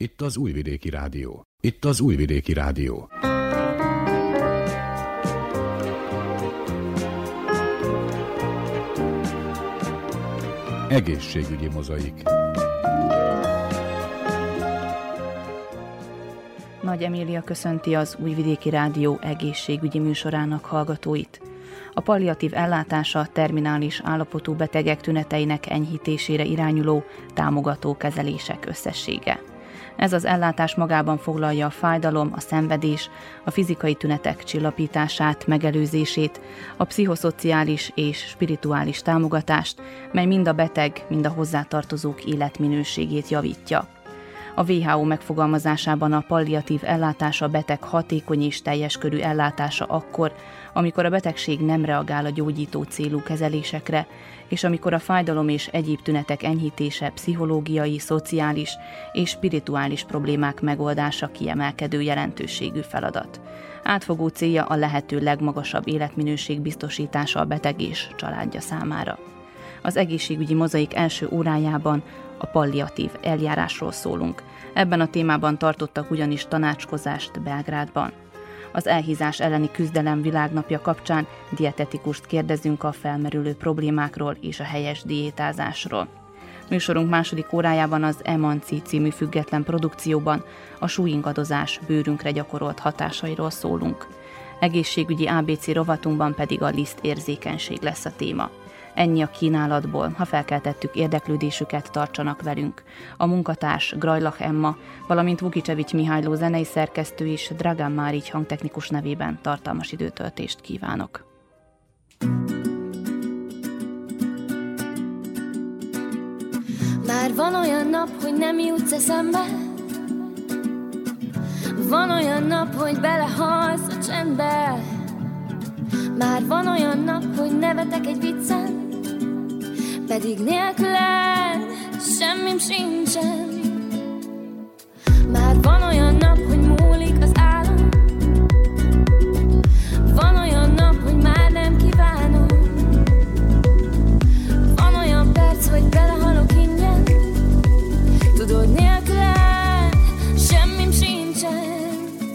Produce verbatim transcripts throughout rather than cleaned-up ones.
Itt az Újvidéki Rádió. Itt az Újvidéki Rádió. Egészségügyi mozaik. Nagy Emília köszönti az Újvidéki Rádió egészségügyi műsorának hallgatóit. A palliatív ellátása terminális állapotú betegek tüneteinek enyhítésére irányuló támogató kezelések összessége. Ez az ellátás magában foglalja a fájdalom, a szenvedés, a fizikai tünetek csillapítását, megelőzését, a pszichoszociális és spirituális támogatást, mely mind a beteg, mind a hozzátartozók életminőségét javítja. A dupla vé há ó megfogalmazásában a palliatív ellátás a beteg hatékony és teljes körű ellátása akkor, amikor a betegség nem reagál a gyógyító célú kezelésekre, és amikor a fájdalom és egyéb tünetek enyhítése pszichológiai, szociális és spirituális problémák megoldása kiemelkedő jelentőségű feladat. Átfogó célja a lehető legmagasabb életminőség biztosítása a beteg és családja számára. Az egészségügyi mozaik első órájában a palliatív eljárásról szólunk. Ebben a témában tartottak ugyanis tanácskozást Belgrádban. Az elhízás elleni küzdelem világnapja kapcsán dietetikust kérdezünk a felmerülő problémákról és a helyes diétázásról. Műsorunk második órájában az Emanci című független produkcióban a súlyingadozás bőrünkre gyakorolt hatásairól szólunk. Egészségügyi á bé cé rovatunkban pedig a lisztérzékenység lesz a téma. Ennyi a kínálatból, ha felkeltettük érdeklődésüket, tartsanak velünk. A munkatárs Grajlach Emma, valamint Vukicsevics Mihályló zenei szerkesztő és Dragán Márics hangtechnikus nevében tartalmas időtöltést kívánok. Már van olyan nap, hogy nem jutsz eszembe, van olyan nap, hogy belehalsz a csendbe. Már van olyan nap, hogy nevetek egy viccen, pedig nélküled semmim sincsen. Már van olyan nap, hogy múlik az álom, van olyan nap, hogy már nem kívánom. Van olyan perc, hogy belehalok ingyen, tudod, nélküled semmim sincsen.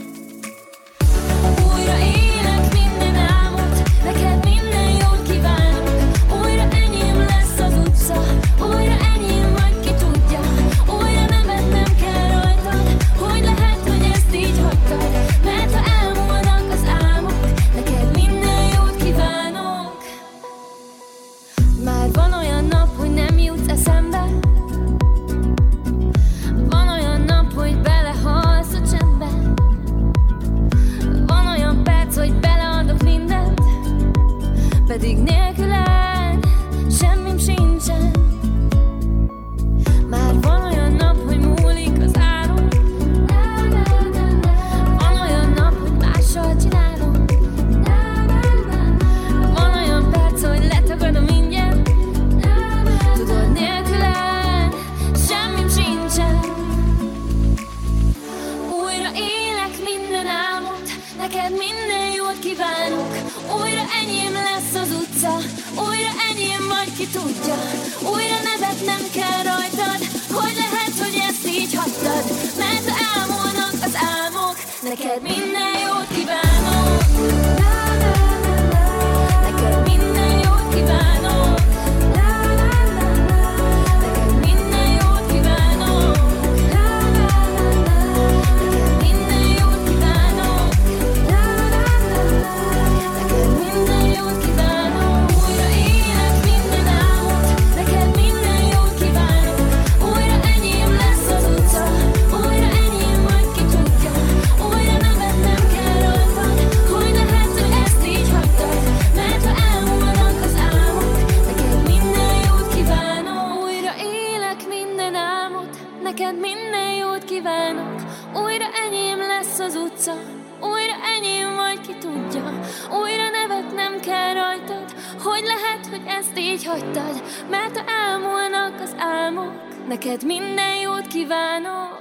Újra élek minden álmot, neked minden jót kívánok. Újra enyém lesz az utca, újra enyém vagy, ki tudja. Újra nevetnem kell rajtad, hogy lehet, hogy ezt így hagytad. Mert ha elmúlnak az álmok, neked minden jót kívánok. Már van olyan nap, hogy nem jutsz eszembe, van olyan nap, hogy belehalsz a csendbe. Van olyan perc, hogy beleadok mindent, pedig nélküled semmim sincsen. Már van olyan nap, hogy múlik az álom, van olyan nap, hogy mással csinálom. Van olyan perc, hogy letagadom ingyen, tudod, nélküled semmim sincsen. Újra élek minden álmot, neked minden jót kívánok. Újra enyém lesz az utca, újra enyém vagy, ki tudja. Újra nevetnem kell rajtad, hogy lehet, hogy ezt így hagytad. Mert ha elmúlnak az álmok, neked minden jót kívánok. Neked minden jót kívánok. Neked minden jót kívánok. Neked minden jót kívánok. Neked minden jót kívánok. Újra élek minden álmot, neked minden jót kívánok. Újra enyém lesz az utca, újra enyém vagy, ki tudja. Újra nevetnem kell rajtad, hogy lehet, hogy ezt így hagytad. Mert ha elmúlnak az álmok, neked minden jót kívánok. Újra élek minden álmot, neked minden jót kívánok. Újra enyém lesz az utca, újra enyém vagy, ki tudja. Újra nevetnem kell rajtad, hogy lehet, hogy ezt így hagytad. Mert ha elmúlnak az álmok, neked minden jót kívánok.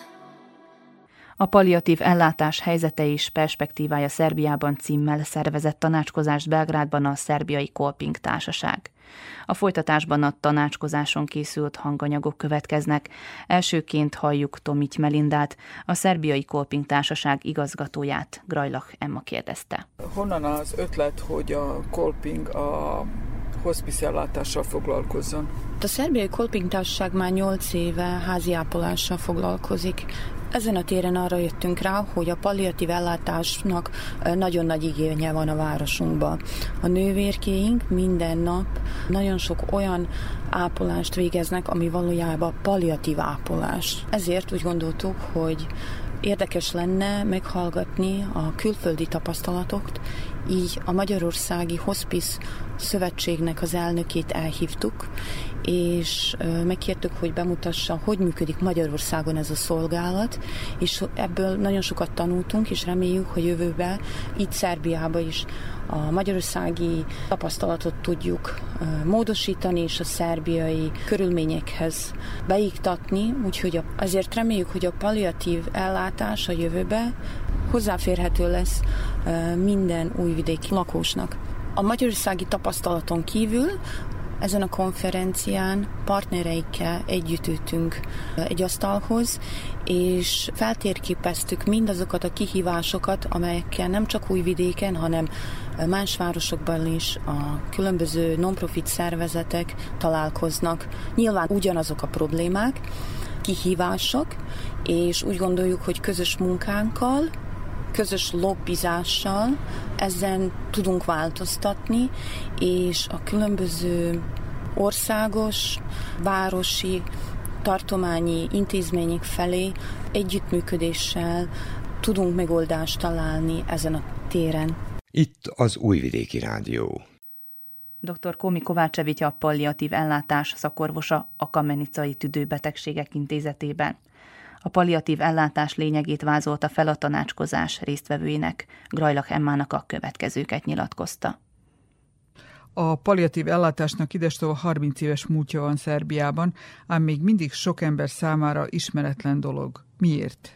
A palliatív ellátás helyzete és perspektívája Szerbiában címmel szervezett tanácskozást Belgrádban a Szerbiai Kolping Társaság. A folytatásban a tanácskozáson készült hanganyagok következnek. Elsőként halljuk Tomics Melindát, a szerbiai Kolping Társaság igazgatóját. Grajlach Emma kérdezte. Honnan az ötlet, hogy a Kolping a hospice ellátással foglalkozzon? A szerbiai Kolping Társaság már nyolc éve háziápolással foglalkozik. Ezen a téren arra jöttünk rá, hogy a palliatív ellátásnak nagyon nagy igénye van a városunkban. A nővérkéink minden nap nagyon sok olyan ápolást végeznek, ami valójában palliatív ápolás. Ezért úgy gondoltuk, hogy érdekes lenne meghallgatni a külföldi tapasztalatokat, így a Magyarországi Hospice Szövetségnek az elnökét elhívtuk, és megkértük, hogy bemutassa, hogy működik Magyarországon ez a szolgálat, és ebből nagyon sokat tanultunk, és reméljük, hogy jövőben itt Szerbiában is a magyarországi tapasztalatot tudjuk módosítani, és a szerbiai körülményekhez beiktatni, úgyhogy azért reméljük, hogy a palliatív ellátás a jövőben hozzáférhető lesz minden újvidéki lakósnak. A magyarországi tapasztalaton kívül ezen a konferencián partnereikkel együtt ültünk egy asztalhoz, és feltérképeztük mindazokat a kihívásokat, amelyekkel nem csak Újvidéken, hanem más városokban is a különböző non-profit szervezetek találkoznak. Nyilván ugyanazok a problémák, kihívások, és úgy gondoljuk, hogy közös munkánkkal, közös lobbizással ezen tudunk változtatni, és a különböző országos, városi, tartományi intézmények felé együttműködéssel tudunk megoldást találni ezen a téren. Itt az Újvidéki Rádió. doktor Komi Kovácsevics a palliatív ellátás szakorvosa a Kamenicai Tüdőbetegségek Intézetében. A palliatív ellátás lényegét vázolta fel a tanácskozás résztvevőinek. Grajlach Emmának a következőket nyilatkozta. A palliatív ellátásnak idestova harminc éves múltja van Szerbiában, ám még mindig sok ember számára ismeretlen dolog. Miért?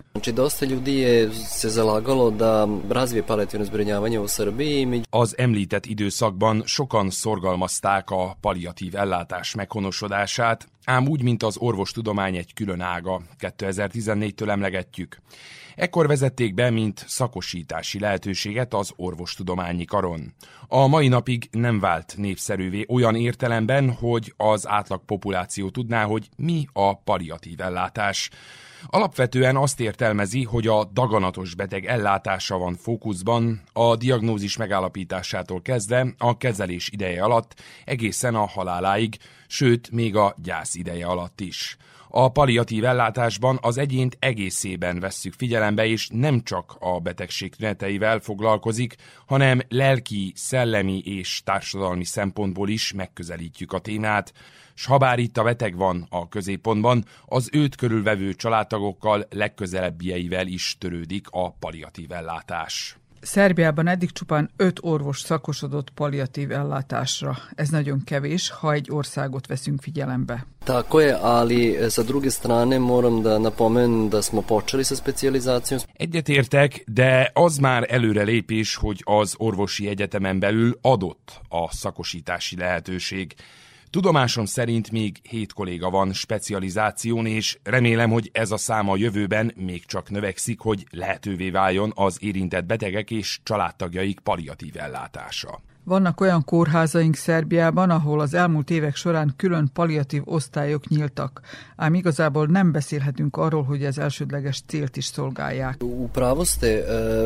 Az említett időszakban sokan szorgalmazták a palliatív ellátás meghonosodását, ám úgy, mint az orvostudomány egy külön ága, kétezer-tizennégytől emlegetjük. Ekkor vezették be, mint szakosítási lehetőséget az orvostudományi karon. A mai napig nem vált népszerűvé olyan értelemben, hogy az átlag populáció tudná, hogy mi a palliatív ellátás. Alapvetően azt értelmezi, hogy a daganatos beteg ellátása van fókuszban, a diagnózis megállapításától kezdve a kezelés ideje alatt egészen a haláláig, sőt még a gyász ideje alatt is. A palliatív ellátásban az egyént egészében vesszük figyelembe, és nem csak a betegség tüneteivel foglalkozik, hanem lelki, szellemi és társadalmi szempontból is megközelítjük a témát, s habár itt a beteg van a középpontban, az őt körülvevő családtagokkal legközelebbieivel is törődik a palliatív ellátás. Szerbiában eddig csupán öt orvos szakosodott palliatív ellátásra. Ez nagyon kevés, ha egy országot veszünk figyelembe. Tako je, ali sa druge strane moram da napomenem da smo počeli sa specijalizácijom. Egyetértek, de az már előrelépés, hogy az orvosi egyetemen belül adott a szakosítási lehetőség. Tudomásom szerint még hét kolléga van specializáción, és remélem, hogy ez a szám a jövőben még csak növekszik, hogy lehetővé váljon az érintett betegek és családtagjaik palliatív ellátása. Vannak olyan kórházaink Szerbiában, ahol az elmúlt évek során külön palliatív osztályok nyíltak, ám igazából nem beszélhetünk arról, hogy az elsődleges célt is szolgálják. Upravo ste,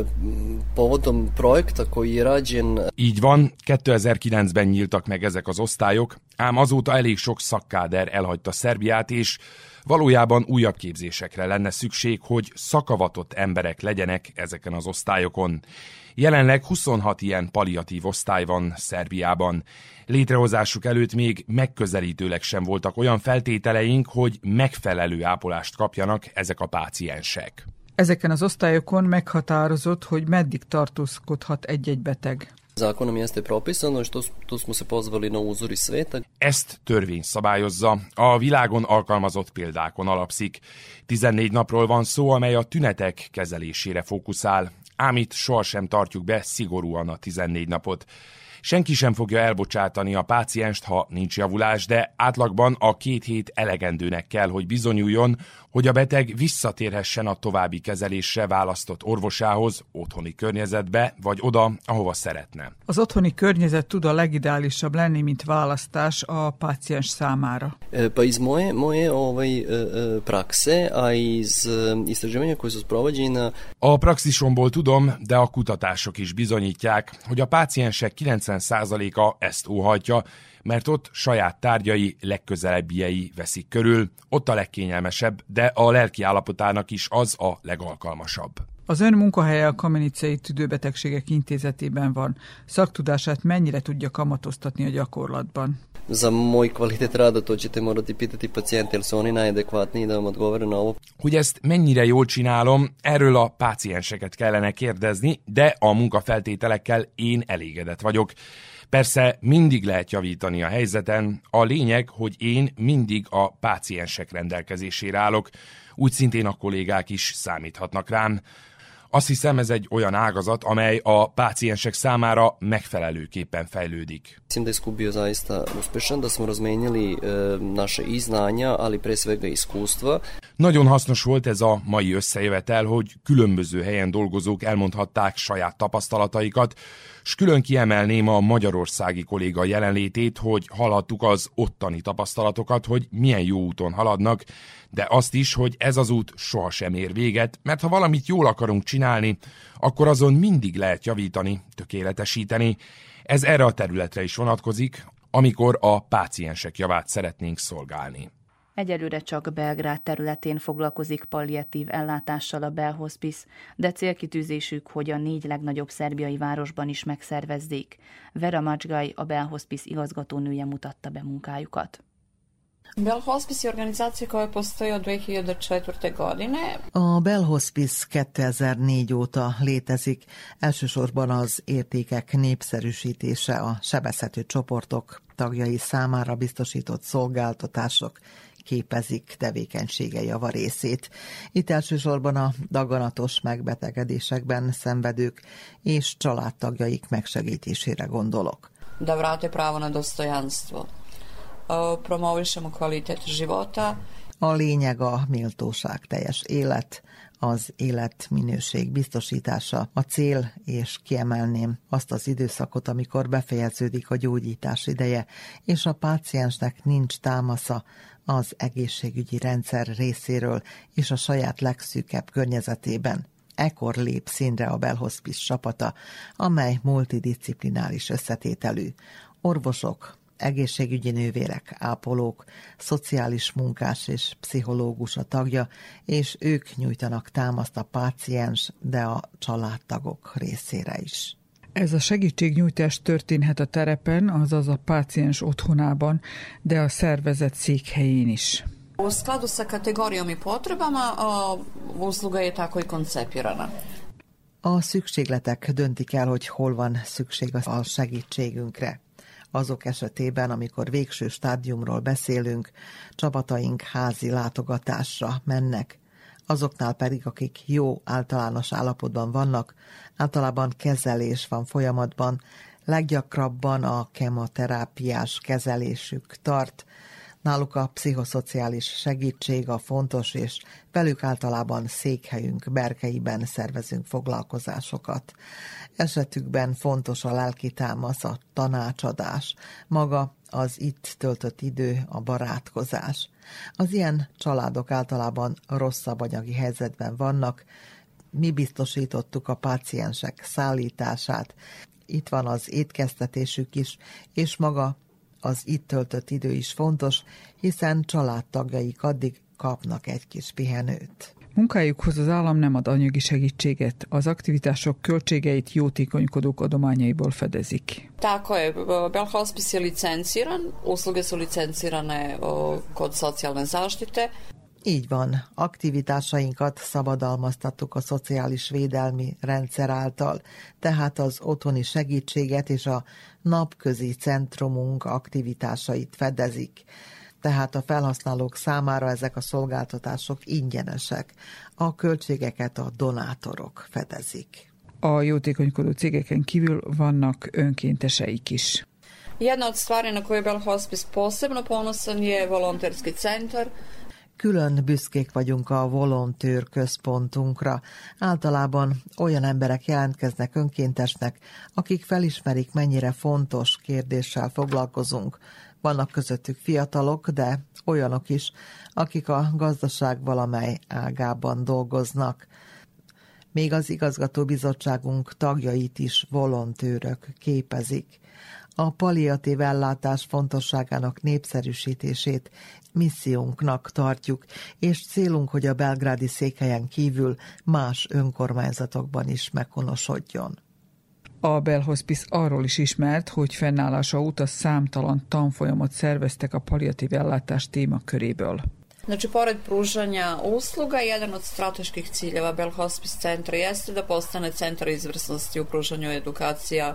povodom projekta koji je rađen. Így van, kétezer-kilencben nyíltak meg ezek az osztályok, ám azóta elég sok szakkáder elhagyta Szerbiát, és valójában újabb képzésekre lenne szükség, hogy szakavatott emberek legyenek ezeken az osztályokon. Jelenleg huszonhat ilyen palliatív osztály van Szerbiában. Létrehozásuk előtt még megközelítőleg sem voltak olyan feltételeink, hogy megfelelő ápolást kapjanak ezek a páciensek. Ezeken az osztályokon meghatározott, hogy meddig tartózkodhat egy-egy beteg. Zakonom jeste propisano, što tu smo se pozvali na uzor iz sveta. Ezt törvény szabályozza, a világon alkalmazott példákon alapszik. tizennégy napról van szó, amely a tünetek kezelésére fókuszál, ám itt sohasem tartjuk be szigorúan a tizennégy napot. Senki sem fogja elbocsátani a pácienst, ha nincs javulás, de átlagban a két hét elegendőnek kell, hogy bizonyuljon, hogy a beteg visszatérhessen a további kezelésre választott orvosához, otthoni környezetbe, vagy oda, ahova szeretne. Az otthoni környezet tud a legideálisabb lenni, mint választás a páciens számára. Pa iz moje, moje ovaj, prakse, a iz istraživanja koje su sprovođena... A praxisomból tudom, de a kutatások is bizonyítják, hogy a páciensek kilencven százaléka ezt óhajtja, mert ott saját tárgyai legközelebbiei veszik körül, ott a legkényelmesebb, de a lelki állapotának is az a legalkalmasabb. Az ön munkahelye a Kamenicei Tüdőbetegségek Intézetében van. Szaktudását mennyire tudja kamatoztatni a gyakorlatban? Za moj kvalitet rada to ćete morati pitati pacijente, jer su oni najadekvatniji da vam odgovore na ovo. Hogy ezt mennyire jól csinálom, erről a pácienseket kellene kérdezni, de a munkafeltételekkel én elégedett vagyok. Persze mindig lehet javítani a helyzeten, a lényeg, hogy én mindig a páciensek rendelkezésére állok, úgy szintén a kollégák is számíthatnak rám. Azt hiszem, ez egy olyan ágazat, amely a páciensek számára megfelelőképpen fejlődik. Mislim da je skup bio zaista uspešan, da smo razmenili e, naše i znanja, ali pre svega iskustva. Nagyon hasznos volt ez a mai összejövetel, hogy különböző helyen dolgozók elmondhatták saját tapasztalataikat, s külön kiemelném a magyarországi kolléga jelenlétét, hogy hallhattuk az ottani tapasztalatokat, hogy milyen jó úton haladnak, de azt is, hogy ez az út sohasem ér véget, mert ha valamit jól akarunk csinálni, akkor azon mindig lehet javítani, tökéletesíteni. Ez erre a területre is vonatkozik, amikor a páciensek javát szeretnénk szolgálni. Egyelőre csak Belgrád területén foglalkozik palliatív ellátással a Belhospice, de célkitűzésük, hogy a négy legnagyobb szerbiai városban is megszervezzék. Vera Macsgaj, a Belhospice igazgatónője mutatta be munkájukat. Belhospice je organizacija koja postoji od dve hiljade četvrte. godine. A Belhospice kétezer-négy óta létezik, elsősorban az értékek népszerűsítése, a sebezhető csoportok tagjai számára biztosított szolgáltatások képezik tevékenysége javarészét. Itt elsősorban a daganatos megbetegedésekben szenvedők és családtagjaik megsegítésére gondolok. Da vrate pravo na dostojanstvo. Promovišemo kvalitet života. A lényeg a méltóság teljes élet, az életminőség biztosítása, a cél, és kiemelném azt az időszakot, amikor befejeződik a gyógyítás ideje, és a páciensnek nincs támasza az egészségügyi rendszer részéről és a saját legszűkebb környezetében. Ekkor lép színre a Belhospice csapata, amely multidisciplináris összetételű. Orvosok, egészségügyi nővérek, ápolók, szociális munkás és pszichológus a tagja, és ők nyújtanak támaszt a páciens, de a családtagok részére is. Ez a segítségnyújtás történhet a terepen, azaz a páciens otthonában, de a szervezet székhelyén is. U skladu sa kategorijom i potrebama, a usluga je tako i koncipirana. A szükségletek döntik el, hogy hol van szükség a segítségünkre. Azok esetében, amikor végső stádiumról beszélünk, csapataink házi látogatásra mennek. Azoknál pedig, akik jó általános állapotban vannak, általában kezelés van folyamatban, leggyakrabban a kemoterápiás kezelésük tart. Náluk a pszichoszociális segítség a fontos, és velük általában székhelyünk berkeiben szervezünk foglalkozásokat. Esetükben fontos a lelki támasz, a tanácsadás, maga az itt töltött idő, a barátkozás. Az ilyen családok általában rosszabb anyagi helyzetben vannak, mi biztosítottuk a páciensek szállítását, itt van az étkeztetésük is, és maga az itt töltött idő is fontos, hiszen családtagjaik addig kapnak egy kis pihenőt. Munkájukhoz az állam nem ad anyagi segítséget, az aktivitások költségeit jótékonykodók adományaiból fedezik. Tako je, Belhospice je licenciran, usluge su licencirane kod socijalne zaštite. Így van, aktivitásainkat szabadalmaztattuk a szociális védelmi rendszer által, tehát az otthoni segítséget és a napközi centrumunk aktivitásait fedezik. Tehát a felhasználók számára ezek a szolgáltatások ingyenesek, a költségeket a donátorok fedezik. A jótékonykodó cégeken kívül vannak önkénteseik is. Jedna od stvari na koju je Bell Hospice posebno ponosan je volonterski centar. Külön büszkék vagyunk a volontőr központunkra. Általában olyan emberek jelentkeznek önkéntesnek, akik felismerik, mennyire fontos kérdéssel foglalkozunk. Vannak közöttük fiatalok, de olyanok is, akik a gazdaság valamely ágában dolgoznak. Még az igazgatóbizottságunk tagjait is volontőrök képezik. A palliatív ellátás fontosságának népszerűsítését missziónknak tartjuk, és célunk, hogy a belgrádi székhelyen kívül más önkormányzatokban is meghonosodjon. A Bell Hospice arról is ismert, hogy fennállása óta számtalan tanfolyamot szerveztek a palliatív ellátás témaköréből. Znači, pored pružanja usluga, jedan od strateških ciljeva Bell Hospice centra jeste da postane centar izvrsnosti u pružanju edukacija.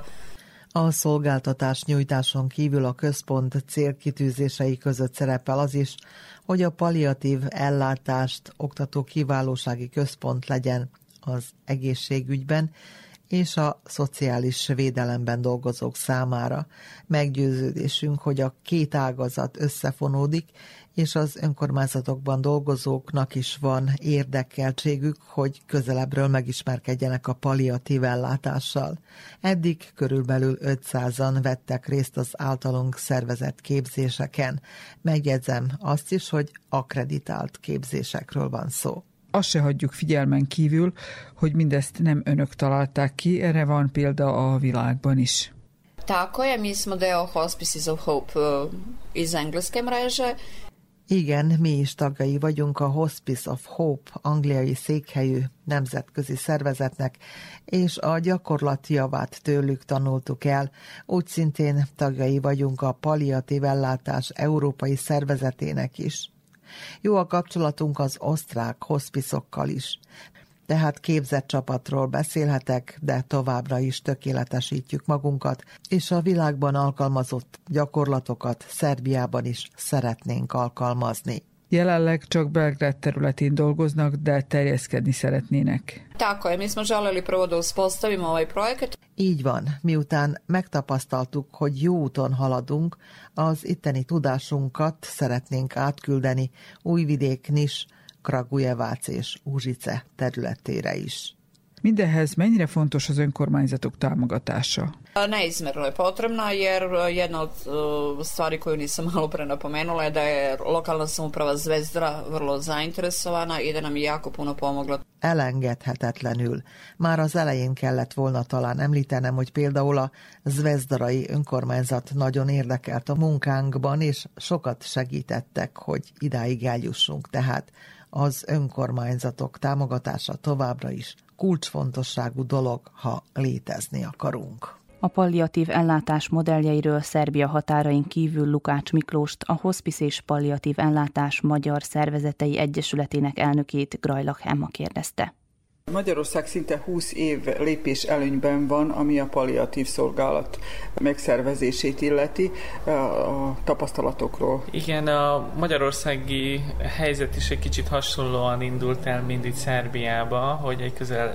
A szolgáltatás nyújtáson kívül a központ célkitűzései között szerepel az is, hogy a palliatív ellátást oktató kiválósági központ legyen az egészségügyben és a szociális védelemben dolgozók számára. Meggyőződésünk, hogy a két ágazat összefonódik, és az önkormányzatokban dolgozóknak is van érdekeltségük, hogy közelebbről megismerkedjenek a palliatív ellátással. Eddig körülbelül ötszázan vettek részt az általunk szervezett képzéseken. Megjegyzem azt is, hogy akkreditált képzésekről van szó. Azt se hagyjuk figyelmen kívül, hogy mindezt nem önök találták ki, erre van példa a világban is. Tako je, mi smo deo Hospices of Hope uh, iz engleske mreže. Igen, mi is tagjai vagyunk a Hospice of Hope angliai székhelyű nemzetközi szervezetnek, és a gyakorlat javát tőlük tanultuk el. Úgy szintén tagjai vagyunk a palliatív ellátás európai szervezetének is. Jó a kapcsolatunk az osztrák hospicokkal is. Tehát képzett csapatról beszélhetek, de továbbra is tökéletesítjük magunkat, és a világban alkalmazott gyakorlatokat Szerbiában is szeretnénk alkalmazni. Jelenleg csak Belgrád területén dolgoznak, de terjeszkedni szeretnének. Tako je, mi smo želeli prvo da uspostavimo ovaj projekat. Így van, miután megtapasztaltuk, hogy jó úton haladunk, az itteni tudásunkat szeretnénk átküldeni Újvidék, Nis, Kragujevác és Užice területére is. Mindenhez mennyire fontos az önkormányzatok támogatása? Neizmerno je potrebna, jer jedna od uh, stvari koju nisam malo pre napomenula je da je lokalna samouprava Zvezdra vrlo zainteresovana i da nam je jako puno pomogla. Elengedhetetlenül. Már az elején kellett volna talán említenem, hogy például a zvezdarai önkormányzat nagyon érdekelt a munkánkban, és sokat segítettek, hogy idáig eljussunk. Tehát az önkormányzatok támogatása továbbra is kulcsfontosságú dolog, ha létezni akarunk. A palliatív ellátás modelljeiről Szerbia határain kívül Lukács Miklóst, a Hospice és Palliatív Ellátás Magyar Szervezetei Egyesületének elnökét, Grajlach Emma kérdezte. Magyarország szinte húsz év lépés előnyben van, ami a palliatív szolgálat megszervezését illeti. A tapasztalatokról. Igen, a magyarországi helyzet is egy kicsit hasonlóan indult el, mint itt Szerbiába, hogy egy közel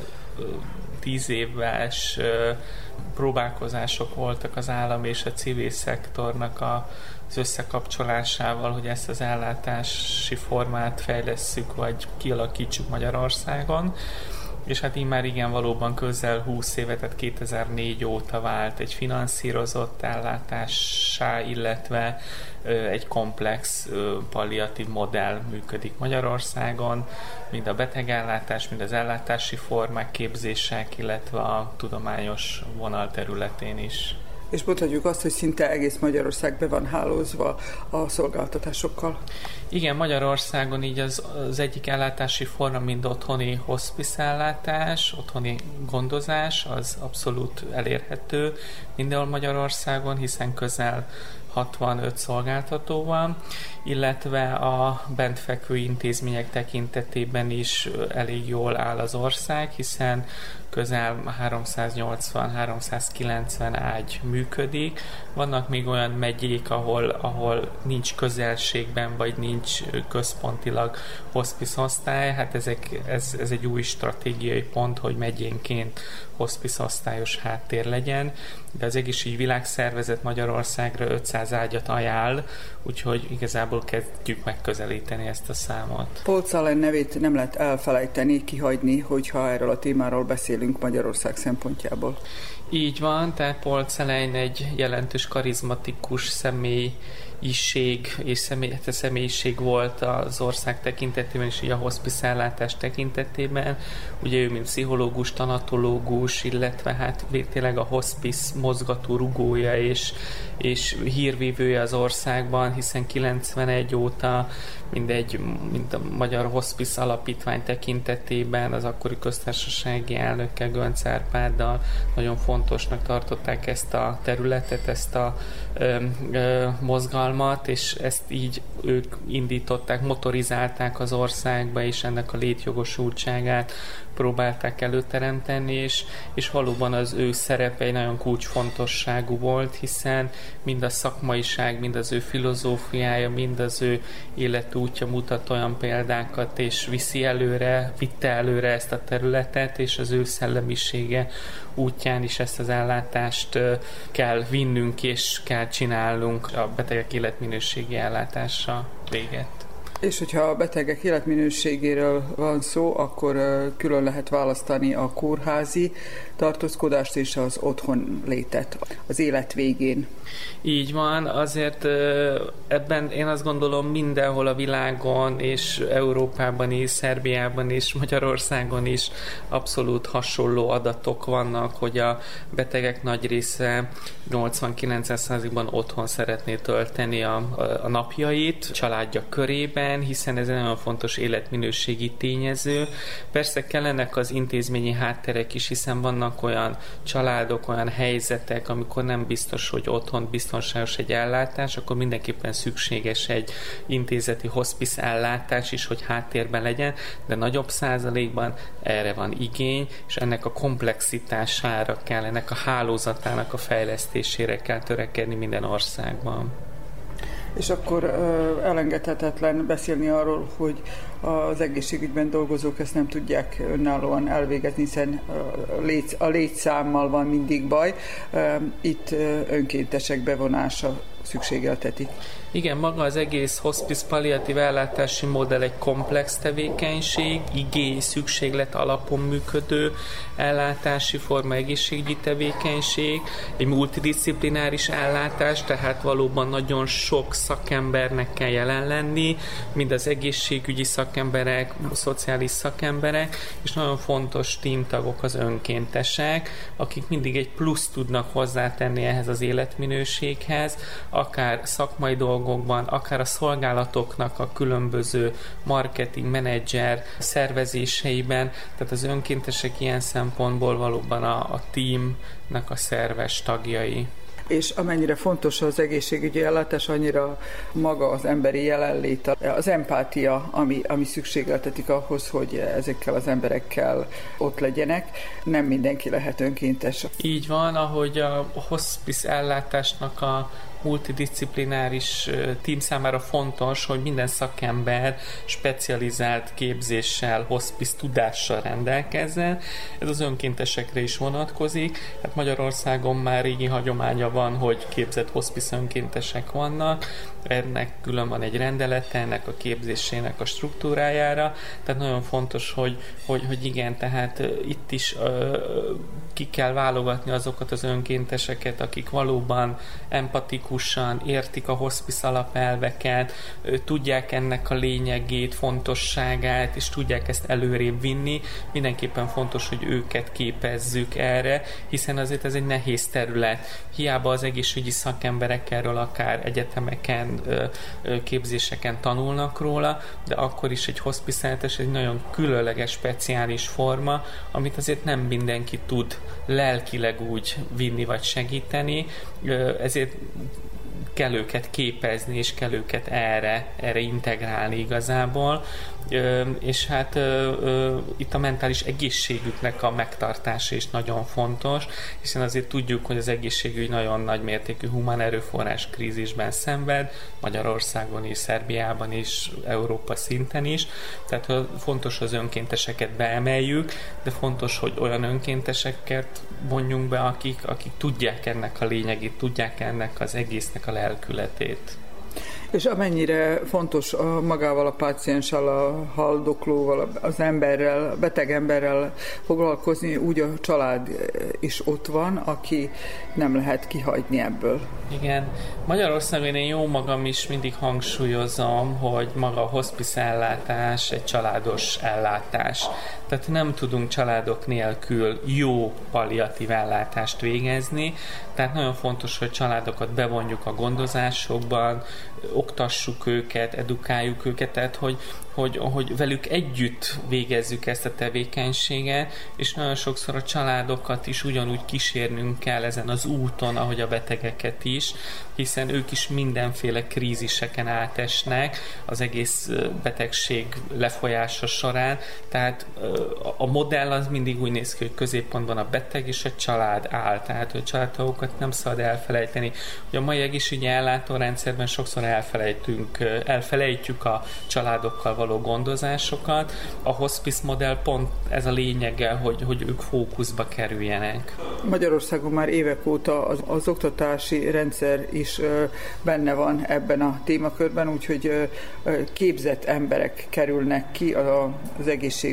tíz éves próbálkozások voltak az állam és a civil szektornak az összekapcsolásával, hogy ezt az ellátási formát fejlesszük, vagy kialakítsuk Magyarországon. És hát így már igen, valóban közel húsz éve, tehát kétezer-négy óta vált egy finanszírozott ellátássá, illetve egy komplex palliatív modell működik Magyarországon, mind a betegellátás, mind az ellátási formák, képzések, illetve a tudományos vonal területén is. És mondhatjuk azt, hogy szinte egész Magyarország be van hálózva a szolgáltatásokkal. Igen, Magyarországon így az, az egyik ellátási forma, mint otthoni hospice ellátás, otthoni gondozás, az abszolút elérhető mindenhol Magyarországon, hiszen közel hatvanöt szolgáltató van, illetve a bentfekvő intézmények tekintetében is elég jól áll az ország, hiszen közel háromszáznyolcvan-háromszázkilencven ágy működik. Vannak még olyan megyék, ahol, ahol nincs közelségben, vagy nincs központilag hospice osztály. Hát ezek, ez, ez egy új stratégiai pont, hogy megyénként hospice osztályos háttér legyen, de az Egészségügyi Világszervezet Magyarországra ötszáz ágyat ajánl, úgyhogy igazából kezdjük megközelíteni ezt a számot. Paul Celan nevét nem lehet elfelejteni, kihagyni, hogyha erről a témáról beszélünk Magyarország szempontjából. Így van, tehát Paul Celan egy jelentős karizmatikus személy, iség és személy, személyiség volt az ország tekintetében és így a hospice ellátás tekintetében. Ugye ő mint pszichológus, tanatológus, illetve hát tényleg a hospice mozgató rugója és, és hírvívője az országban, hiszen kilencvenegy óta mindegy, mint a Magyar Hospice Alapítvány tekintetében az akkori köztársasági elnökkel, Göncz Árpáddal nagyon fontosnak tartották ezt a területet, ezt a ö, ö, mozgalmat, és ezt így ők indították, motorizálták az országba, és ennek a létjogosultságát próbálták előteremteni, és, és valóban az ő szerepe egy nagyon kulcsfontosságú volt, hiszen mind a szakmaiság, mind az ő filozófiája, mind az ő életútja mutat olyan példákat, és viszi előre, vitte előre ezt a területet, és az ő szellemisége útján is ezt az ellátást kell vinnünk, és kell csinálnunk a betegek életminőségi ellátása véget. És hogyha a betegek életminőségéről van szó, akkor külön lehet választani a kórházi tartózkodást és az otthon létet az élet végén. Így van, azért ebben én azt gondolom mindenhol a világon, és Európában is, Szerbiában is, Magyarországon is abszolút hasonló adatok vannak, hogy a betegek nagy része nyolcvan-kilencven százalékban otthon szeretné tölteni a, a napjait, családja körében, hiszen ez egy nagyon fontos életminőségi tényező. Persze kellenek az intézményi hátterek is, hiszen vannak olyan családok, olyan helyzetek, amikor nem biztos, hogy otthon biztonságos egy ellátás, akkor mindenképpen szükséges egy intézeti hospice ellátás is, hogy háttérben legyen, de nagyobb százalékban erre van igény, és ennek a komplexitására kell, ennek a hálózatának a fejlesztésére kell törekedni minden országban. És akkor uh, elengedhetetlen beszélni arról, hogy az egészségügyben dolgozók ezt nem tudják önállóan elvégezni, hiszen uh, léc, a létszámmal van mindig baj. Uh, itt uh, önkéntesek bevonása szükségeltetik. Igen, maga az egész hospice palliatív ellátási modell egy komplex tevékenység, igény, szükséglet alapon működő ellátási forma, egészségügyi tevékenység, egy multidisziplináris ellátás, tehát valóban nagyon sok szakembernek kell jelen lenni, mind az egészségügyi szakemberek, a szociális szakemberek, és nagyon fontos tímtagok az önkéntesek, akik mindig egy plusz tudnak hozzátenni ehhez az életminőséghez, akár szakmai dolgokban, akár a szolgálatoknak a különböző marketing, menedzser szervezéseiben, tehát az önkéntesek ilyen szempontból valóban a, a teamnek a szerves tagjai. És amennyire fontos az egészségügyi ellátás, annyira maga az emberi jelenlét, az empátia, ami, ami szükségeltetik ahhoz, hogy ezekkel az emberekkel ott legyenek. Nem mindenki lehet önkéntes. Így van, ahogy a hospice ellátásnak a multidisciplináris tím számára fontos, hogy minden szakember specializált képzéssel, hospice tudással rendelkezzen. Ez az önkéntesekre is vonatkozik. Hát Magyarországon már régi hagyománya van, hogy képzett hospice önkéntesek vannak. Ennek külön van egy rendelete, ennek a képzésének a struktúrájára. Tehát nagyon fontos, hogy, hogy, hogy igen, tehát itt is uh, ki kell válogatni azokat az önkénteseket, akik valóban empatikusan értik a hospice alapelveket, tudják ennek a lényegét, fontosságát, és tudják ezt előrébb vinni. Mindenképpen fontos, hogy őket képezzük erre, hiszen azért ez egy nehéz terület. Hiába az egészségügyi szakemberek erről akár egyetemeken, képzéseken tanulnak róla, de akkor is egy hospice ellátás egy nagyon különleges, speciális forma, amit azért nem mindenki tud lelkileg úgy vinni vagy segíteni, ezért kell őket képezni, és kell őket erre, erre integrálni igazából. És hát itt a mentális egészségüknek a megtartása is nagyon fontos, hiszen azért tudjuk, hogy az egészségügy nagyon nagy mértékű humán erőforrás krízisben szenved, Magyarországon is, Szerbiában is, Európa szinten is, tehát fontos az önkénteseket beemeljük, de fontos, hogy olyan önkénteseket vonjunk be, akik, akik tudják ennek a lényegét, tudják ennek az egésznek a lelkületét. És amennyire fontos a magával a pácienssel, a haldoklóval, az emberrel, a beteg emberrel foglalkozni, úgy a család is ott van, aki nem lehet kihagyni ebből. Igen. Magyarországon én jó magam is mindig hangsúlyozom, hogy maga a hospice ellátás egy családos ellátás. Tehát nem tudunk családok nélkül jó palliatív ellátást végezni, tehát nagyon fontos, hogy családokat bevonjuk a gondozásokban, oktassuk őket, edukáljuk őket, tehát hogy, hogy, hogy velük együtt végezzük ezt a tevékenységet, és nagyon sokszor a családokat is ugyanúgy kísérnünk kell ezen az úton, ahogy a betegeket is, hiszen ők is mindenféle kríziseken átesnek az egész betegség lefolyása során, tehát a modell az mindig úgy néz ki, hogy középpontban a beteg és a család áll, tehát hogy a családtagokat nem szabad elfelejteni. Ugye a mai egészségügyi ellátórendszerben sokszor elfelejtünk, elfelejtjük a családokkal való gondozásokat. A hospice modell pont ez a lényege, hogy, hogy ők fókuszba kerüljenek. Magyarországon már évek óta az, az oktatási rendszer is benne van ebben a témakörben, úgyhogy képzett emberek kerülnek ki az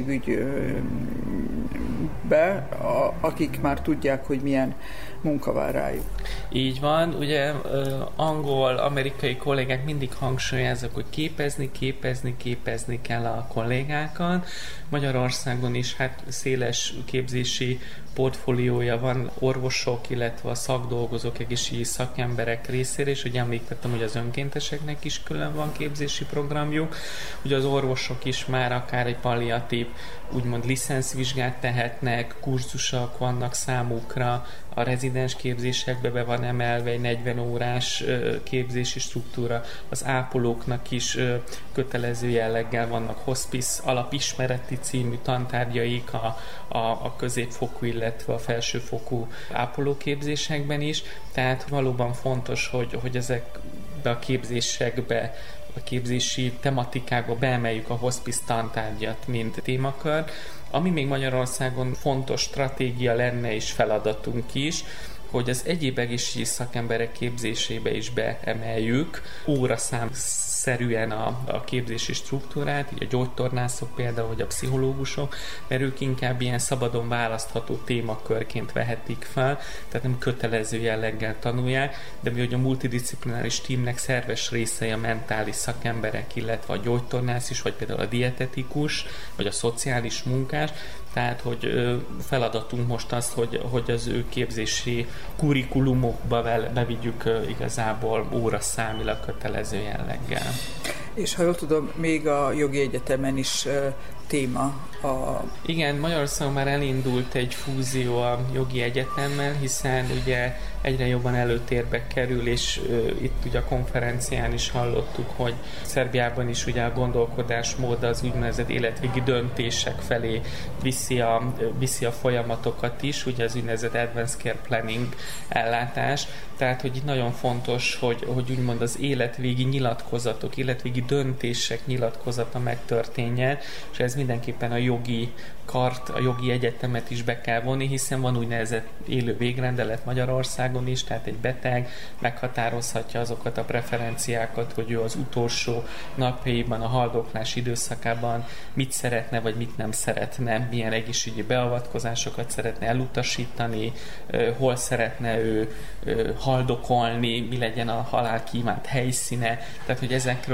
egészségügybe, akik már tudják, hogy milyen munka vár rájuk. Így van, ugye angol, amerikai kollégák mindig hangsúlyozzák, hogy képezni, képezni, képezni kell a kollégákat. Magyarországon is hát széles képzési portfóliója van orvosok, illetve a szakdolgozók, egészségügyi szakemberek részére, és ugye említettem, hogy az önkénteseknek is külön van képzési programjuk. Ugye az orvosok is már akár egy palliatív, úgymond licenszvizsgát tehetnek, kurzusok vannak számukra, a rezidens képzésekbe be van emelve egy negyven órás képzési struktúra, az ápolóknak is kötelező jelleggel vannak hospice alapismereti című tantárgyaik a, a, a középfokú, illetve a felsőfokú ápolóképzésekben is, tehát valóban fontos, hogy, hogy ezekbe a képzésekbe, a képzési tematikákba beemeljük a hospice tantárgyat, mint témakör. Ami még Magyarországon fontos stratégia lenne és feladatunk is, hogy az egyéb egészségügyi szakemberek képzésébe is beemeljük óraszámszerűen a, a képzési struktúrát, így a gyógytornászok például, vagy a pszichológusok, mert ők inkább ilyen szabadon választható témakörként vehetik fel, tehát nem kötelező jelleggel tanulják, de mi, hogy a multidisciplináris tímnek szerves részei a mentális szakemberek, illetve a gyógytornász is, vagy például a dietetikus, vagy a szociális munkás, tehát, hogy feladatunk most az, hogy, hogy az ő képzési kurikulumokba bevigyük igazából óraszámilag kötelező jelleggel. És ha jól tudom, még a jogi egyetemen is téma. A... Igen, Magyarországon már elindult egy fúzió a jogi egyetemmel, hiszen ugye egyre jobban előtérbe kerül, és uh, itt ugye a konferencián is hallottuk, hogy Szerbiában is ugye a gondolkodásmód az úgynevezett életvégi döntések felé viszi a, viszi a folyamatokat is, ugye az úgynevezett Advanced Care Planning ellátás, tehát hogy itt nagyon fontos, hogy, hogy úgymond az életvégi nyilatkozatok, életvégi döntések nyilatkozata megtörténjen, és ez mindenképpen a jogi kart, a jogi egyetemet is be kell vonni, hiszen van úgynevezett élő végrendelet Magyarországon is, tehát egy beteg meghatározhatja azokat a preferenciákat, hogy ő az utolsó napjaiban, a haldoklás időszakában mit szeretne, vagy mit nem szeretne, milyen egészségügyi beavatkozásokat szeretne elutasítani, hol szeretne ő haldokolni, mi legyen a halál kívánt helyszíne, tehát hogy ezekről legyen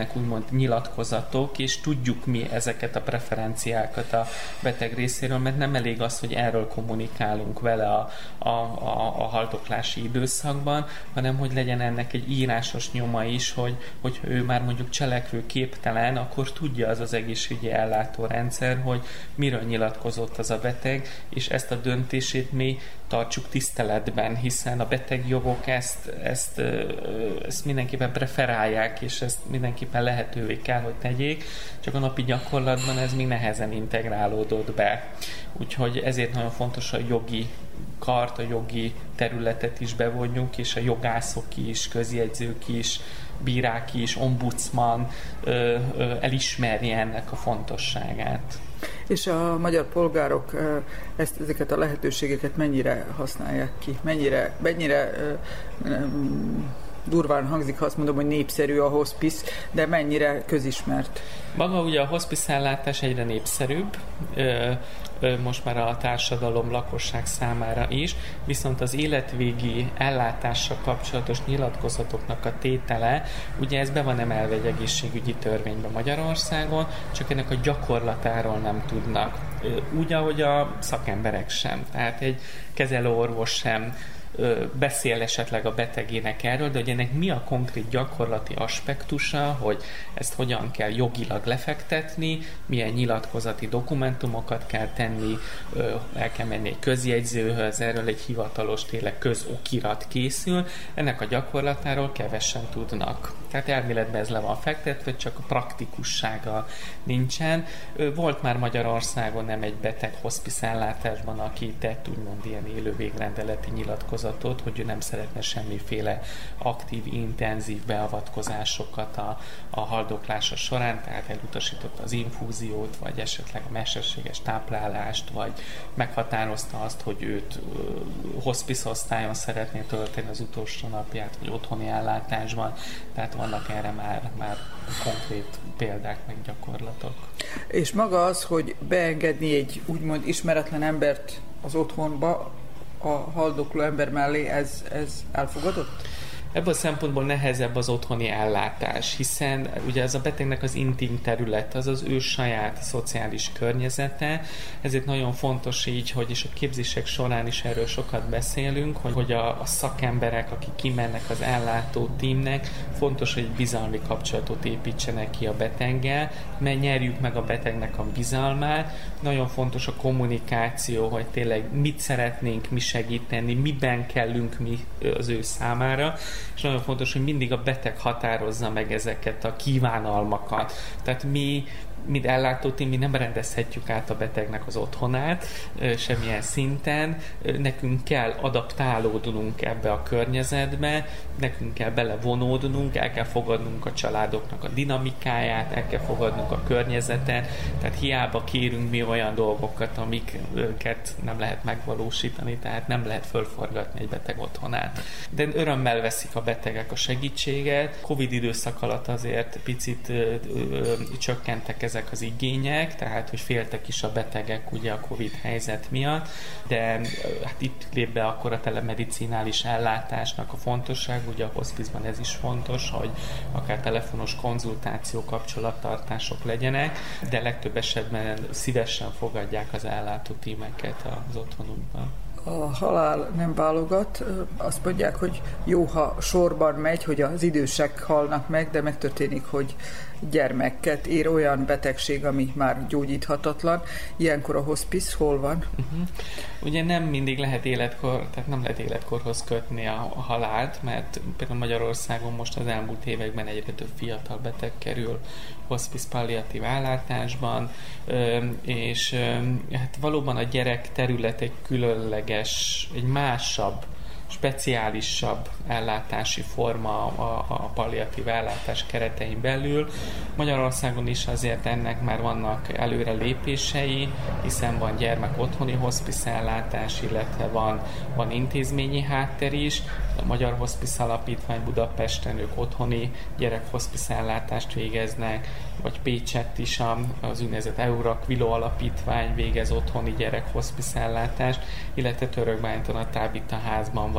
kellenek úgymond nyilatkozatok, és tudjuk mi ezeket a preferenciákat a beteg részéről, mert nem elég az, hogy erről kommunikálunk vele a, a, a, a haldoklási időszakban, hanem hogy legyen ennek egy írásos nyoma is, hogy, hogy ő már mondjuk cselekvő képtelen, akkor tudja az az egészségügyi ellátórendszer, hogy miről nyilatkozott az a beteg, és ezt a döntését mi tartsuk tiszteletben, hiszen a betegjogok ezt, ezt, ezt mindenképpen preferálják, és ezt mindenképpen lehetővé kell, hogy tegyék, csak a napi gyakorlatban ez még nehezen integrálódott be. Úgyhogy ezért nagyon fontos a jogi kart, a jogi területet is bevonjunk, és a jogászok is, közjegyzők is, bírák is, ombudsman ö, ö, elismerje ennek a fontosságát. És a magyar polgárok ezt, ezeket a lehetőségeket mennyire használják ki? Mennyire, mennyire um, durván hangzik, ha azt mondom, hogy népszerű a hospice, de mennyire közismert? Maga ugye a hospice ellátás egyre népszerűbb, most már a társadalom, lakosság számára is, viszont az életvégi ellátással kapcsolatos nyilatkozatoknak a tétele, ugye ez be van emelve egy egészségügyi törvénybe Magyarországon, csak ennek a gyakorlatáról nem tudnak. Úgy, ahogy a szakemberek sem. Tehát egy kezelőorvos sem beszél esetleg a betegének erről, de hogy ennek mi a konkrét gyakorlati aspektusa, hogy ezt hogyan kell jogilag lefektetni, milyen nyilatkozati dokumentumokat kell tenni, el kell menni egy közjegyzőhöz, erről egy hivatalos, tényleg közokirat készül, ennek a gyakorlatáról kevesen tudnak. Tehát elméletben ez le van fektetve, csak a praktikussága nincsen. Volt már Magyarországon nem egy beteg hospice ellátásban, aki tett úgymond ilyen élő végrendeleti nyilatkozatot, hogy ő nem szeretne semmiféle aktív, intenzív beavatkozásokat a, a haldoklása során, tehát elutasította az infúziót, vagy esetleg a mesterséges táplálást, vagy meghatározta azt, hogy őt uh, hospice osztályon szeretné tölteni az utolsó napját, vagy otthoni ellátásban, tehát vannak erre már, már konkrét példák, meg gyakorlatok. És maga az, hogy beengedni egy úgymond ismeretlen embert az otthonba, a haldokló ember mellé, ez, ez elfogadott? Ebből a szempontból nehezebb az otthoni ellátás, hiszen ugye ez a betegnek az intim terület, az az ő saját szociális környezete, ezért nagyon fontos így, hogy és a képzések során is erről sokat beszélünk, hogy, hogy a, a szakemberek, akik kimennek az ellátó tímnek, fontos, hogy egy bizalmi kapcsolatot építsenek ki a beteggel, mert nyerjük meg a betegnek a bizalmát, nagyon fontos a kommunikáció, hogy tényleg mit szeretnénk mi segíteni, miben kellünk mi az ő számára, és nagyon fontos, hogy mindig a beteg határozza meg ezeket a kívánalmakat. Tehát mi, mint ellátótím, mi nem rendezhetjük át a betegnek az otthonát semmilyen szinten. Nekünk kell adaptálódnunk ebbe a környezetbe, nekünk kell belevonódnunk, el kell fogadnunk a családoknak a dinamikáját, el kell fogadnunk a környezetet, tehát hiába kérünk mi olyan dolgokat, amiket nem lehet megvalósítani, tehát nem lehet fölforgatni egy beteg otthonát. De örömmel veszik a betegek a segítséget. Covid időszak alatt azért picit ö, ö, csökkentek ezek az igények, tehát hogy féltek is a betegek ugye a Covid helyzet miatt, de hát itt lép be akkor a telemedicinális ellátásnak a fontosság, ugye a hospice-ban ez is fontos, hogy akár telefonos konzultáció, kapcsolattartások legyenek, de legtöbb esetben szívesen fogadják az ellátó tímeket az otthonukban. A halál nem válogat. Azt mondják, hogy jó, ha sorban megy, hogy az idősek halnak meg, de megtörténik, hogy gyermeket ér olyan betegség, ami már gyógyíthatatlan. Ilyenkor a hospice hol van? Uh-huh. Ugye nem mindig lehet életkor, tehát nem lehet életkorhoz kötni a, a halált, mert például Magyarországon most az elmúlt években egyre több fiatal beteg kerül hospice palliatív ellátásban, és hát valóban a gyerek terület egy különleges, egy másabb, speciálisabb ellátási forma a, a palliatív ellátás keretein belül. Magyarországon is azért ennek már vannak előre lépései, hiszen van gyermek otthoni hospice ellátás, illetve van, van intézményi háttér is. A Magyar Hospice Alapítvány Budapesten ők otthoni gyerek hospice ellátást végeznek, vagy Pécsett is az úgynevezett Eurakvilo Alapítvány végez otthoni gyerek hospice ellátást, illetve Törökbányton a Tábita házban van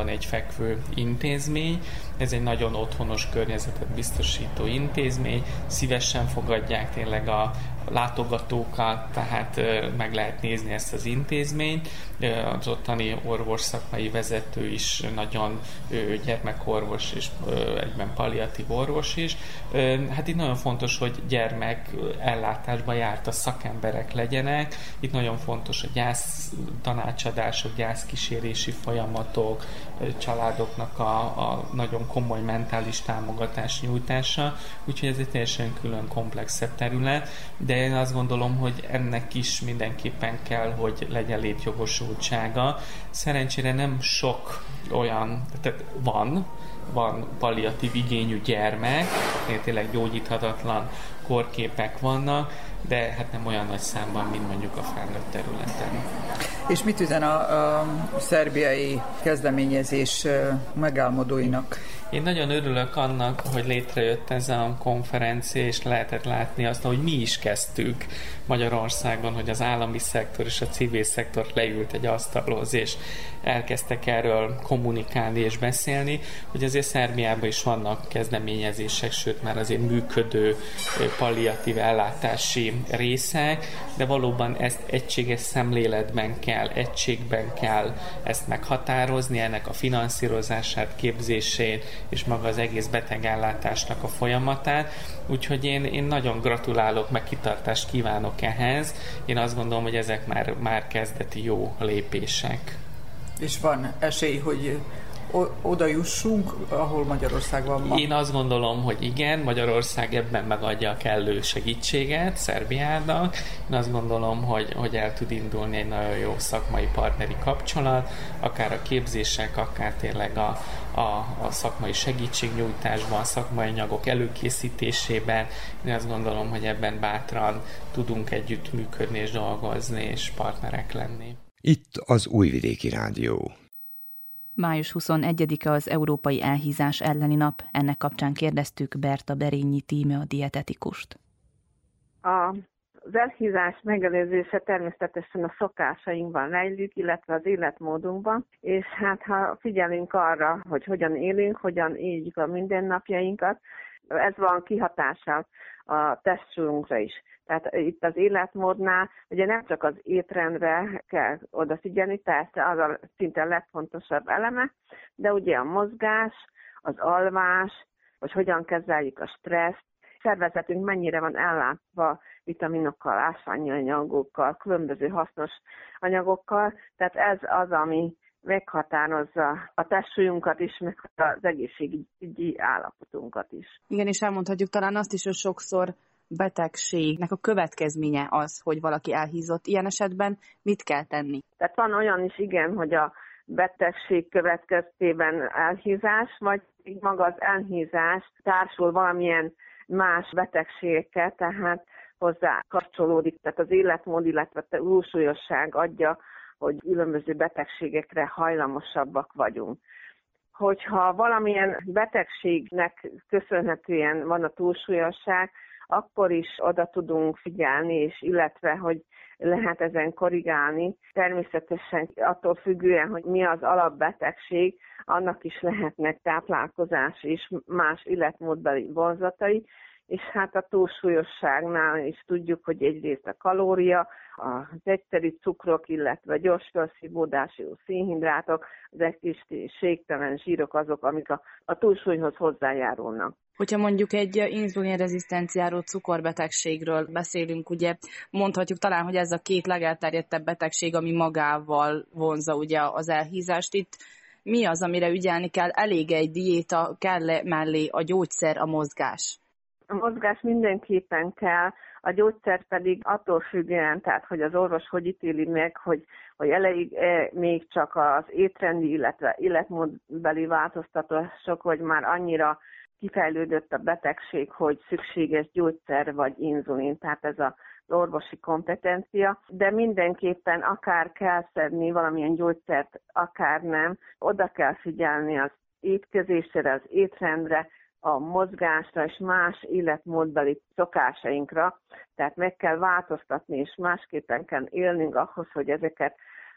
van egy fekvő intézmény. Ez egy nagyon otthonos környezetet biztosító intézmény. Szívesen fogadják tényleg a látogatókat, tehát meg lehet nézni ezt az intézményt. Az ottani orvos szakmai vezető is nagyon gyermekorvos és egyben palliatív orvos is. Hát itt nagyon fontos, hogy gyermek ellátásba járt a szakemberek legyenek. Itt nagyon fontos a gyász tanácsadások, gyászkísérési folyamatok, családoknak a, a nagyon komoly mentális támogatás nyújtása, úgyhogy ez egy teljesen külön komplexebb terület, de én azt gondolom, hogy ennek is mindenképpen kell, hogy legyen létjogosultsága. Szerencsére nem sok olyan, tehát van, van palliatív igényű gyermek, tényleg gyógyíthatatlan kórképek vannak, de hát nem olyan nagy számban, mint mondjuk a felnőtt területen. És mit üzen a, a szerbiai kezdeményezés megálmodóinak? Én nagyon örülök annak, hogy létrejött ez a konferencia, és lehetett látni azt, hogy mi is kezdtük Magyarországon, hogy az állami szektor és a civil szektor leült egy asztalhoz, és elkezdtek erről kommunikálni és beszélni, hogy azért Szerbiában is vannak kezdeményezések, sőt már azért működő palliatív ellátási részek, de valóban ezt egységes szemléletben kell, egységben kell ezt meghatározni, ennek a finanszírozását, képzését, és maga az egész betegellátásnak a folyamatát. Úgyhogy én, én nagyon gratulálok, meg kitartást kívánok ehhez. Én azt gondolom, hogy ezek már, már kezdeti jó lépések. És van esély, hogy oda jussunk, ahol Magyarország van ma? Én azt gondolom, hogy igen, Magyarország ebben megadja a kellő segítséget Szerbiának. Én azt gondolom, hogy, hogy el tud indulni egy nagyon jó szakmai partneri kapcsolat, akár a képzések, akár tényleg a, a, a szakmai segítségnyújtásban, a szakmai anyagok előkészítésében. Én azt gondolom, hogy ebben bátran tudunk együtt működni és dolgozni, és partnerek lenni. Itt az Újvidéki Rádió. május huszonegyedike az Európai Elhízás elleni nap. Ennek kapcsán kérdeztük Berta Berényi Tíme, a dietetikust. Az elhízás megelőzése természetesen a szokásainkban rejlik, illetve az életmódunkban, és hát ha figyelünk arra, hogy hogyan élünk, hogyan éljük a mindennapjainkat, ez van kihatással a testünkre is. Tehát itt az életmódnál ugye nem csak az étrendre kell odafigyelni, persze az a szinte legfontosabb eleme, de ugye a mozgás, az alvás, hogy hogyan kezeljük a stresszt, szervezetünk mennyire van ellátva vitaminokkal, ásványi anyagokkal, különböző hasznos anyagokkal, tehát ez az, ami meghatározza a testsúlyunkat is, meg az egészségügyi állapotunkat is. Igen, és elmondhatjuk talán azt is, hogy sokszor betegségnek a következménye az, hogy valaki elhízott. Ilyen esetben mit kell tenni? Tehát van olyan is, igen, hogy a betegség következtében elhízás, vagy maga az elhízás társul valamilyen más betegségekkel, tehát hozzá kapcsolódik, tehát az életmód, illetve a túlsúlyosság adja, hogy különböző betegségekre hajlamosabbak vagyunk. Hogyha valamilyen betegségnek köszönhetően van a túlsúlyosság, akkor is oda tudunk figyelni, és illetve, hogy lehet ezen korrigálni. Természetesen attól függően, hogy mi az alapbetegség, annak is lehetnek táplálkozás és más életmódbeli vonzatai, és hát a túlsúlyosságnál is tudjuk, hogy egyrészt a kalória, az egyszerű cukrok, illetve gyors felszívódású szénhidrátok, az egészségtelen zsírok azok, amik a, a túlsúlyhoz hozzájárulnak. Hogyha mondjuk egy inzulinrezisztenciáról, cukorbetegségről beszélünk, ugye mondhatjuk talán, hogy ez a két legelterjedtebb betegség, ami magával vonza ugye az elhízást. Itt mi az, amire ügyelni kell? Elég egy diéta, kell mellé a gyógyszer, a mozgás? A mozgás mindenképpen kell, a gyógyszer pedig attól függően, tehát hogy az orvos hogy ítéli meg, hogy, hogy elég e, még csak az étrendi, illetve életmódbeli változtatások, vagy már annyira kifejlődött a betegség, hogy szükséges gyógyszer vagy inzulin, tehát ez az orvosi kompetencia, de mindenképpen akár kell szedni valamilyen gyógyszert, akár nem, oda kell figyelni az étkezésre, az étrendre, a mozgásra és más életmódbeli szokásainkra, tehát meg kell változtatni és másképpen kell élnünk ahhoz, hogy ezeket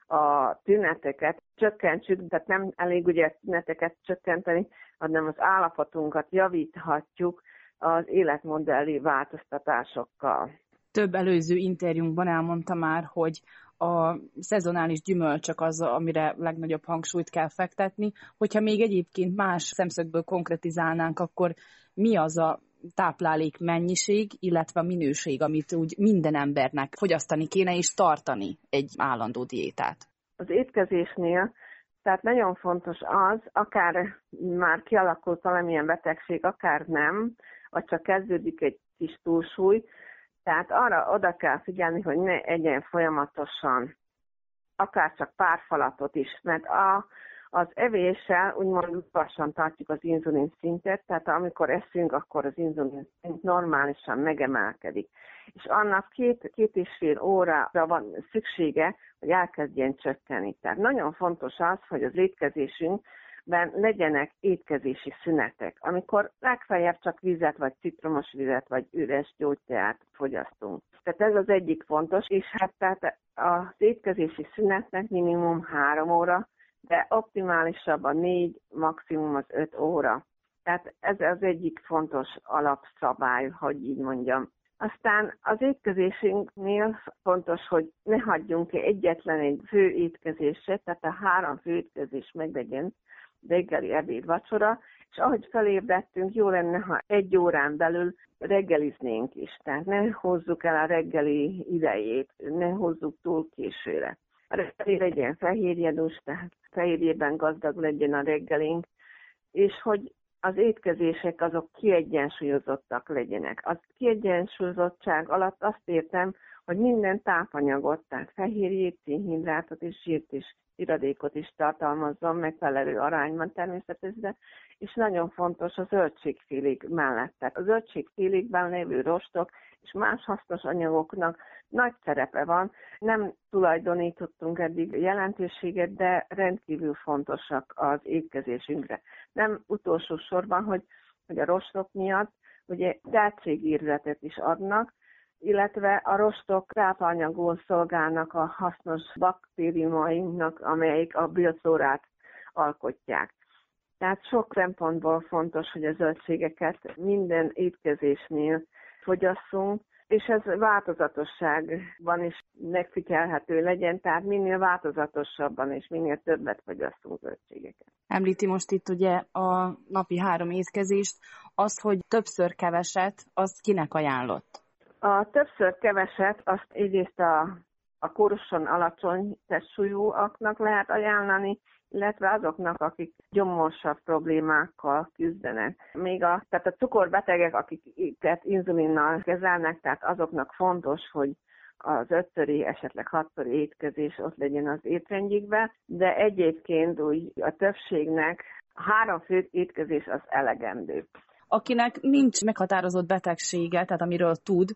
a tüneteket csökkentsük, tehát nem elég ugye tüneteket csökkenteni, hanem az állapotunkat javíthatjuk az életmodelli változtatásokkal. Több előző interjúnkban elmondta már, hogy a szezonális gyümölcsök az, amire legnagyobb hangsúlyt kell fektetni. Hogyha még egyébként más szemszögből konkretizálnánk, akkor mi az a táplálék mennyiség, illetve a minőség, amit úgy minden embernek fogyasztani kéne és tartani egy állandó diétát? Az étkezésnél tehát nagyon fontos az, akár már kialakult valamilyen betegség, akár nem, vagy csak kezdődik egy kis túlsúly, tehát arra oda kell figyelni, hogy ne egyen folyamatosan, akár csak pár falatot is, mert a, az evéssel úgymond lassan tartjuk az inzulin szintet, tehát amikor eszünk, akkor az inzulin szint normálisan megemelkedik. És annak két, két és fél órára van szüksége, hogy elkezdjen csökkenni. Tehát nagyon fontos az, hogy az étkezésünkben legyenek étkezési szünetek, amikor legfeljebb csak vizet, vagy citromos vizet, vagy üres gyógyteát fogyasztunk. Tehát ez az egyik fontos, és hát tehát az étkezési szünetnek minimum három óra, de optimálisabb a négy, maximum az öt óra. Tehát ez az egyik fontos alapszabály, hogy így mondjam. Aztán az étkezésünknél fontos, hogy ne hagyjunk ki egyetlen egy fő étkezésre, tehát a három fő étkezés meglegyen, reggeli, ebéd, vacsora, és ahogy felébredtünk, jó lenne, ha egy órán belül reggeliznénk is, tehát ne hozzuk el a reggeli idejét, ne hozzuk túl későre. A reggeli legyen fehérjedús, tehát fehérjében gazdag legyen a reggelink, és hogy az étkezések azok kiegyensúlyozottak legyenek. A kiegyensúlyozottság alatt azt értem, hogy minden tápanyagot, tehát fehérjét, szénhidrátot és zsírt is, iradékot is tartalmazzon megfelelő arányban természetesen, és nagyon fontos a zöldségfélék mellett. Tehát a zöldségfélékben lévő rostok és más hasznos anyagoknak nagy szerepe van. Nem tulajdonítottunk eddig jelentőséget, de rendkívül fontosak az étkezésünkre. Nem utolsó sorban, hogy, hogy a rostok miatt ugye zöldségírzetet is adnak, illetve a rostok tápanyagul szolgálnak a hasznos baktériumainknak, amelyek a bioflórát alkotják. Tehát sok szempontból fontos, hogy a zöldségeket minden étkezésnél fogyasszunk, és ez változatosságban is megfigyelhető legyen, tehát minél változatosabban és minél többet fogyasszunk zöldségeket. Említi most itt ugye a napi három étkezést, az, hogy többször keveset, azt kinek ajánlott? A többször keveset azt egyrészt a, a kórosan alacsony testsúlyúaknak lehet ajánlani, illetve azoknak, akik gyomorsav problémákkal küzdenek. Még a, tehát a cukorbetegek, akiket inzulinnal kezelnek, tehát azoknak fontos, hogy az ötszöri, esetleg hatszori étkezés ott legyen az étrendjükben, de egyébként úgy a többségnek a három fő étkezés az elegendő. Akinek nincs meghatározott betegsége, tehát amiről tud,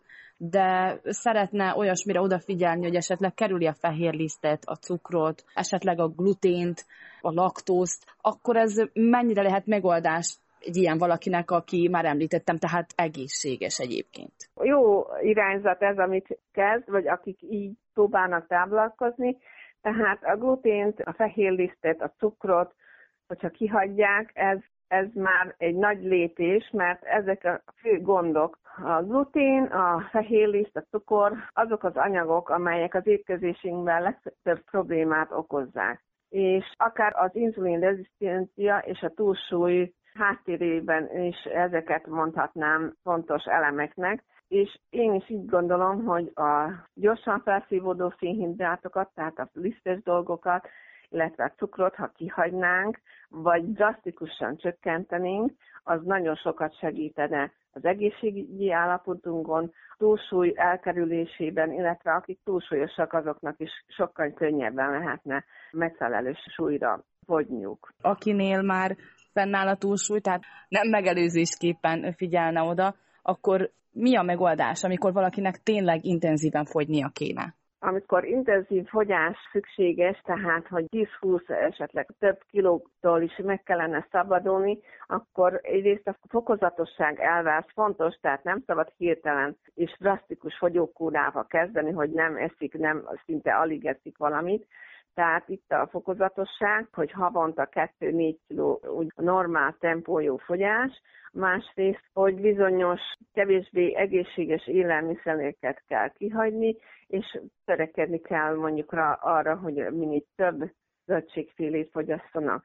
de szeretne olyasmire odafigyelni, hogy esetleg kerüli a fehérlisztet, a cukrot, esetleg a glutént, a laktózt, akkor ez mennyire lehet megoldás egy ilyen valakinek, aki már említettem, tehát egészséges egyébként? Jó irányzat ez, amit kezd, vagy akik így próbálnak táplálkozni, tehát a glutént, a fehérlisztet, a cukrot, hogyha kihagyják, ez Ez már egy nagy lépés, mert ezek a fő gondok. A glutén, a fehérliszt, a cukor, azok az anyagok, amelyek az étkezésünkben legtöbb problémát okozzák. És akár az inzulinrezisztencia és a túlsúly háttérében is ezeket mondhatnám fontos elemeknek. És én is így gondolom, hogy a gyorsan felszívódó szénhidrátokat, tehát a lisztes dolgokat, illetve a cukrot, ha kihagynánk, vagy drasztikusan csökkentenénk, az nagyon sokat segítene az egészségügyi állapotunkon, túlsúly elkerülésében, illetve akik túlsúlyosak, azoknak is sokkal könnyebben lehetne megfelelő súlyra fogyniuk. Akinél már fennáll a túlsúly, tehát nem megelőzésképpen figyelne oda, akkor mi a megoldás, amikor valakinek tényleg intenzíven fogynia kéne? Amikor intenzív fogyás szükséges, tehát hogy tíz-húsz esetleg több kilótól is meg kellene szabadulni, akkor egyrészt a fokozatosság elve az fontos, tehát nem szabad hirtelen és drasztikus fogyókúrával kezdeni, hogy nem eszik, nem szinte alig eszik valamit. Tehát itt a fokozatosság, hogy havonta kettő-négy kiló úgy normál tempójú fogyás, másrészt, hogy bizonyos kevésbé egészséges élelmiszereket kell kihagyni, és törekedni kell mondjuk rá arra, hogy minél több zöldségfélét fogyasszanak.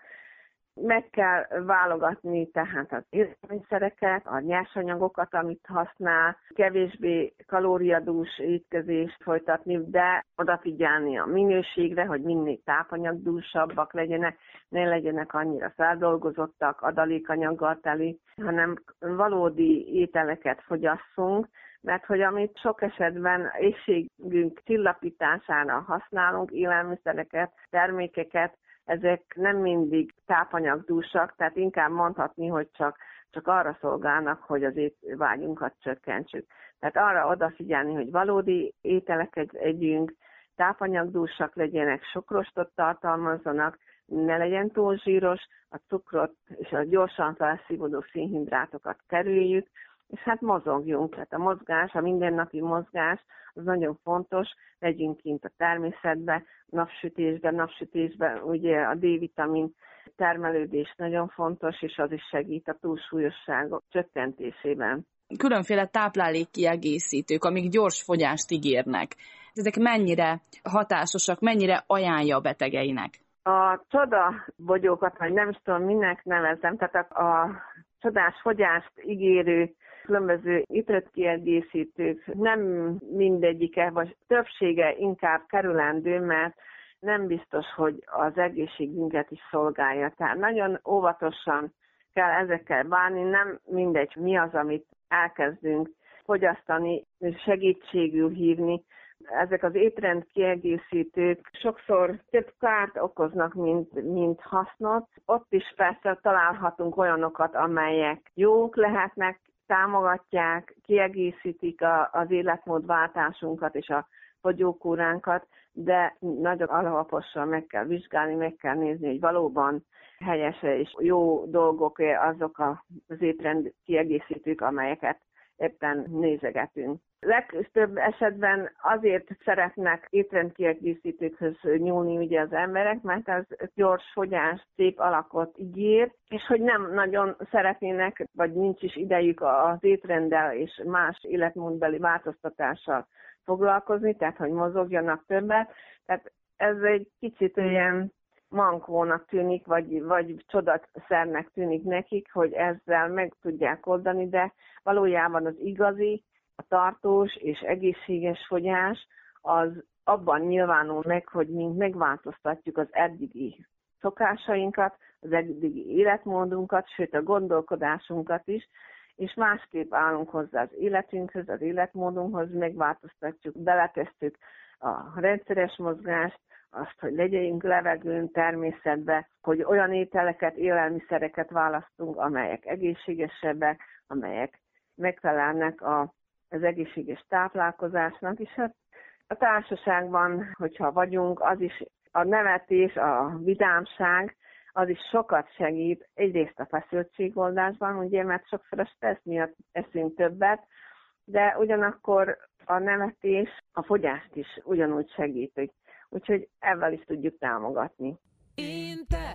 Meg kell válogatni tehát az élelmiszereket, a nyersanyagokat, amit használ, kevésbé kalóriadús étkezést folytatni, de odafigyelni a minőségre, hogy minél tápanyagdúsabbak legyenek, ne legyenek annyira feldolgozottak, adalékanyaggal teli, hanem valódi ételeket fogyasszunk, mert hogy amit sok esetben éhségünk csillapítására használunk, élelmiszereket, termékeket, ezek nem mindig tápanyagdúsak, tehát inkább mondhatni, hogy csak, csak arra szolgálnak, hogy az étvágyunkat csökkentsük. Tehát arra odafigyelni, hogy valódi ételeket együnk, tápanyagdúsak legyenek, sok rostot tartalmazzanak, ne legyen túl zsíros, a cukrot és a gyorsan felszívódó szénhidrátokat kerüljük, és hát mozogjunk. Tehát a mozgás, a mindennapi mozgás, az nagyon fontos, legyünk kint a természetbe, napsütésben, napsütésben, ugye a D-vitamin termelődés nagyon fontos, és az is segít a túlsúlyosságok csökkentésében. Különféle táplálékkiegészítők, amik gyors fogyást ígérnek. Ezek mennyire hatásosak, mennyire ajánlja a betegeinek? A csodabogyókat, vagy nem is tudom, minek nevezem, tehát a, a csodás fogyást ígérő különböző étrendkiegészítők nem mindegyike, vagy többsége inkább kerülendő, mert nem biztos, hogy az egészségünket is szolgálja. Tehát nagyon óvatosan kell ezekkel bánni, nem mindegy mi az, amit elkezdünk fogyasztani, segítségül hívni. Ezek az étrendkiegészítők sokszor több kárt okoznak, mint, mint hasznot. Ott is persze találhatunk olyanokat, amelyek jók lehetnek, támogatják, kiegészítik a, az életmódváltásunkat és a fogyókúránkat, de nagyon alaposan meg kell vizsgálni, meg kell nézni, hogy valóban helyes és jó dolgok azok az étrend kiegészítők, amelyeket éppen nézegetünk. Legtöbb esetben azért szeretnek étrendkiegészítőkhöz nyúlni ugye az emberek, mert az gyors fogyás, szép alakot ígér, és hogy nem nagyon szeretnének, vagy nincs is idejük az étrenddel és más életmódbeli változtatással foglalkozni, tehát hogy mozogjanak többet. Tehát ez egy kicsit olyan mankónak tűnik, vagy, vagy csodaszernek tűnik nekik, hogy ezzel meg tudják oldani, de valójában az igazi, a tartós és egészséges fogyás az abban nyilvánul meg, hogy mi megváltoztatjuk az eddigi szokásainkat, az eddigi életmódunkat, sőt a gondolkodásunkat is, és másképp állunk hozzá az életünkhöz, az életmódunkhoz, megváltoztatjuk, beletesztük a rendszeres mozgást, azt, hogy legyünk levegőn, természetbe, hogy olyan ételeket, élelmiszereket választunk, amelyek egészségesebbek, amelyek megfelelnek a, az egészséges táplálkozásnak, és hát a társaságban, hogyha vagyunk, az is a nevetés, a vidámság, az is sokat segít, egyrészt a feszültségoldásban, ugye, mert sokszor a stressz miatt eszünk többet, de ugyanakkor a nevetés a fogyást is ugyanúgy segíti. Úgyhogy ezzel is tudjuk támogatni. Inte,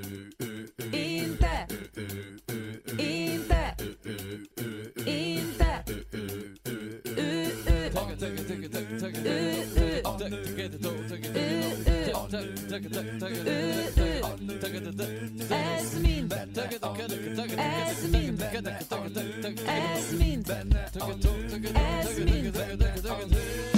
inte, inte, inte, ez mind, ez mind, ez mind, ez mind.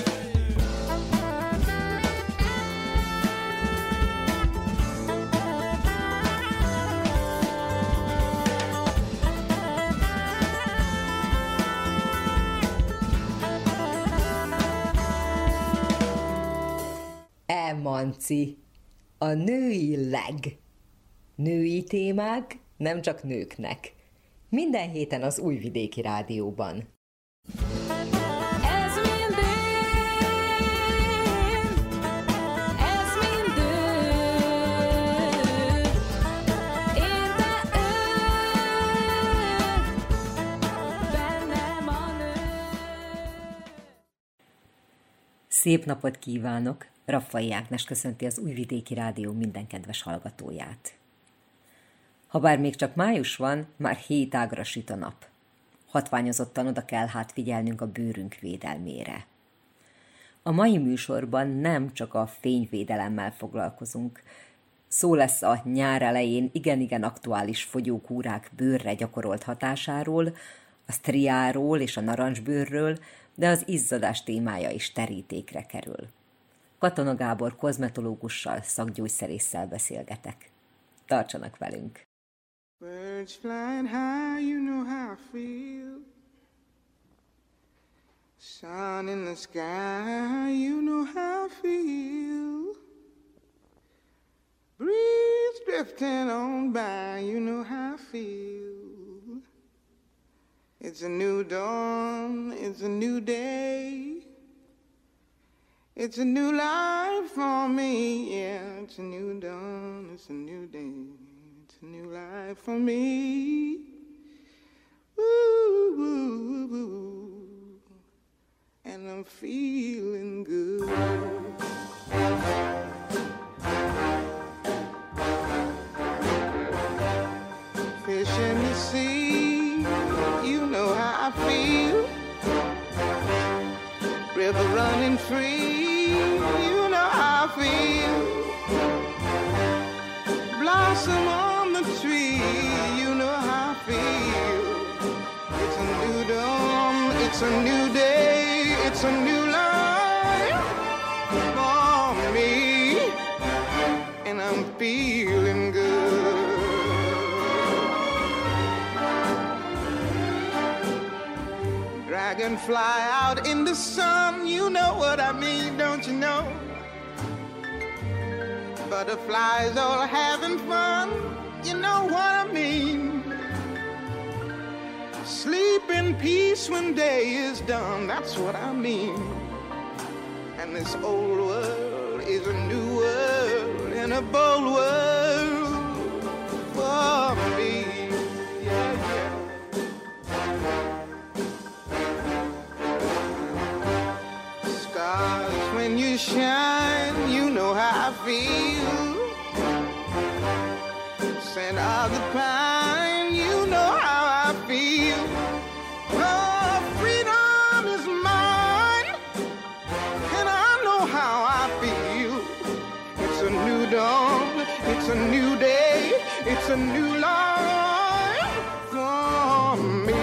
E-Manci, a női leg. Női témák nem csak nőknek. Minden héten az Újvidéki Rádióban. Ez mind én, ez mind ő, én te ő, bennem a nő. Szép napot kívánok! Raffai Ágnes köszönti az Újvidéki Rádió minden kedves hallgatóját. Habár még csak május van, már hét ágra süt a nap. Hatványozottan oda kell hát figyelnünk a bőrünk védelmére. A mai műsorban nem csak a fényvédelemmel foglalkozunk. Szó lesz a nyár elején igen-igen aktuális fogyókúrák bőrre gyakorolt hatásáról, a sztriáról és a narancsbőrről, de az izzadás témája is terítékre kerül. Katona Gábor kozmetológussal, szakgyógyszerésszel beszélgetek. Tartsanak velünk! Birds flying high, you know how I feel. Sun in the sky, you know how I feel. Breeze drifting on by, you know how I feel. It's a new dawn, it's a new day. It's a new life for me, yeah. It's a new dawn, it's a new day. It's a new life for me. Ooh, ooh, ooh. And I'm feeling good. Fish in the sea, you know how I feel. River running free, you know how I feel. Blossom on the tree, you know how I feel. It's a new dawn, it's a new day, it's a new life for me, and I'm feeling good. Dragonfly out in the sun, you know what I mean, don't you know? Butterflies all having fun, you know what I mean. Sleep in peace when day is done, that's what I mean. And this old world is a new world and a bold world for me. Yeah, yeah. Stars, when you shine, you know how I feel. Scent of the pine, you know how I feel. Oh, freedom is mine, and I know how I feel. It's a new dawn, it's a new day, it's a new life for me.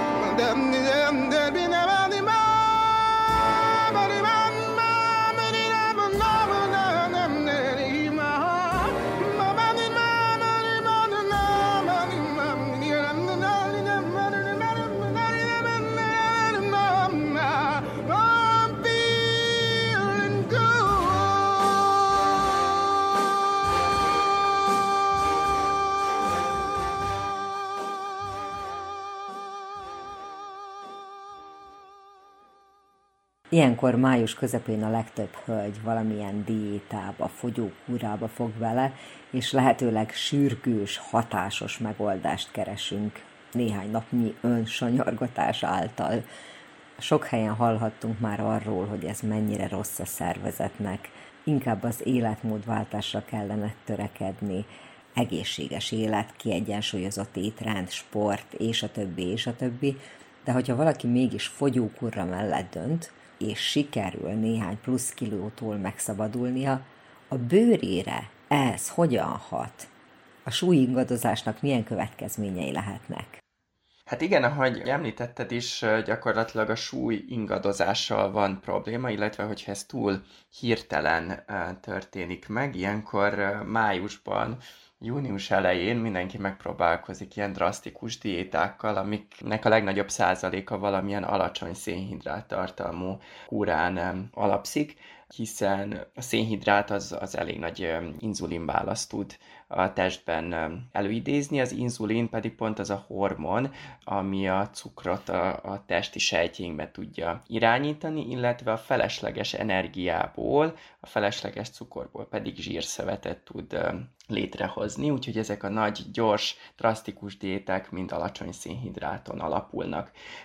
Ilyenkor május közepén a legtöbb hölgy valamilyen diétába, fogyókúrába fog vele, és lehetőleg sürgős, hatásos megoldást keresünk néhány napnyi önsanyargatás által. Sok helyen hallhattunk már arról, hogy ez mennyire rossz a szervezetnek, inkább az életmódváltásra kellene törekedni, egészséges élet, kiegyensúlyozott étrend, sport, és a többi, és a többi, de hogyha valaki mégis fogyókúra mellett dönt, és sikerül néhány plusz kilótól megszabadulnia, a bőrére ez hogyan hat? A súlyingadozásnak milyen következményei lehetnek? Hát igen, ahogy említetted is, gyakorlatilag a súly ingadozással van probléma, illetve hogyha ez túl hirtelen történik meg, ilyenkor májusban, június elején mindenki megpróbálkozik ilyen drasztikus diétákkal, amiknek a legnagyobb százaléka valamilyen alacsony szénhidrát tartalmú kúrán alapszik, hiszen a szénhidrát az, az elég nagy inzulinválaszt tud a testben előidézni, az inzulin pedig pont az a hormon, ami a cukrot a, a testi sejtjeinkbe tudja irányítani, illetve a felesleges energiából, a felesleges cukorból pedig zsírszövetet tud létrehozni, úgyhogy ezek a nagy, gyors, drasztikus diéták mind alacsony szénhidráton alapulnak.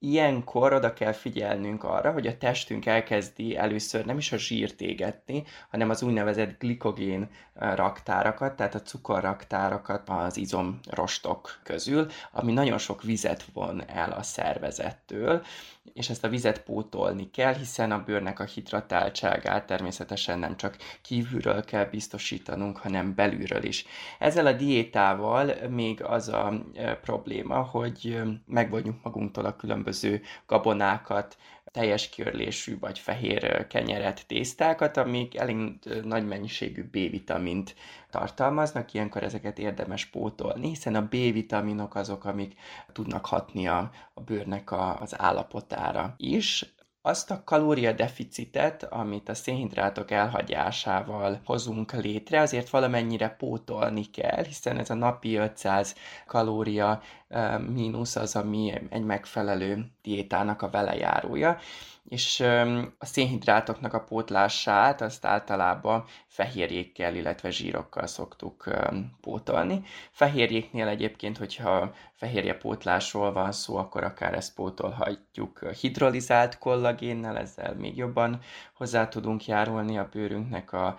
ilyenkor oda kell figyelnünk arra, hogy a testünk elkezdi először nem is a zsírt égetni, hanem az úgynevezett glikogén raktárakat, tehát a cukorraktárakat az izomrostok közül, ami nagyon sok vizet von el a szervezettől, és ezt a vizet pótolni kell, hiszen a bőrnek a hidratáltságát természetesen nem csak kívülről kell biztosítanunk, hanem belülről is. Ezzel a diétával még az a e, probléma, hogy megvonjuk magunktól a különböző gabonákat, teljes kiörlésű vagy fehér kenyeret, tésztákat, amik elég nagy mennyiségű B-vitamint tartalmaznak, ilyenkor ezeket érdemes pótolni, hiszen a B-vitaminok azok, amik tudnak hatni a, a bőrnek a, az állapotára is. Azt a kalóriadeficitet, amit a szénhidrátok elhagyásával hozunk létre, azért valamennyire pótolni kell, hiszen ez a napi ötszáz kalória mínusz az, ami egy megfelelő diétának a velejárója, és a szénhidrátoknak a pótlását azt általában fehérjékkel, illetve zsírokkal szoktuk pótolni. Fehérjéknél egyébként, hogyha fehérjepótlásról van szó, akkor akár ezt pótolhatjuk hidrolizált kollagénnel, ezzel még jobban hozzá tudunk járulni a bőrünknek a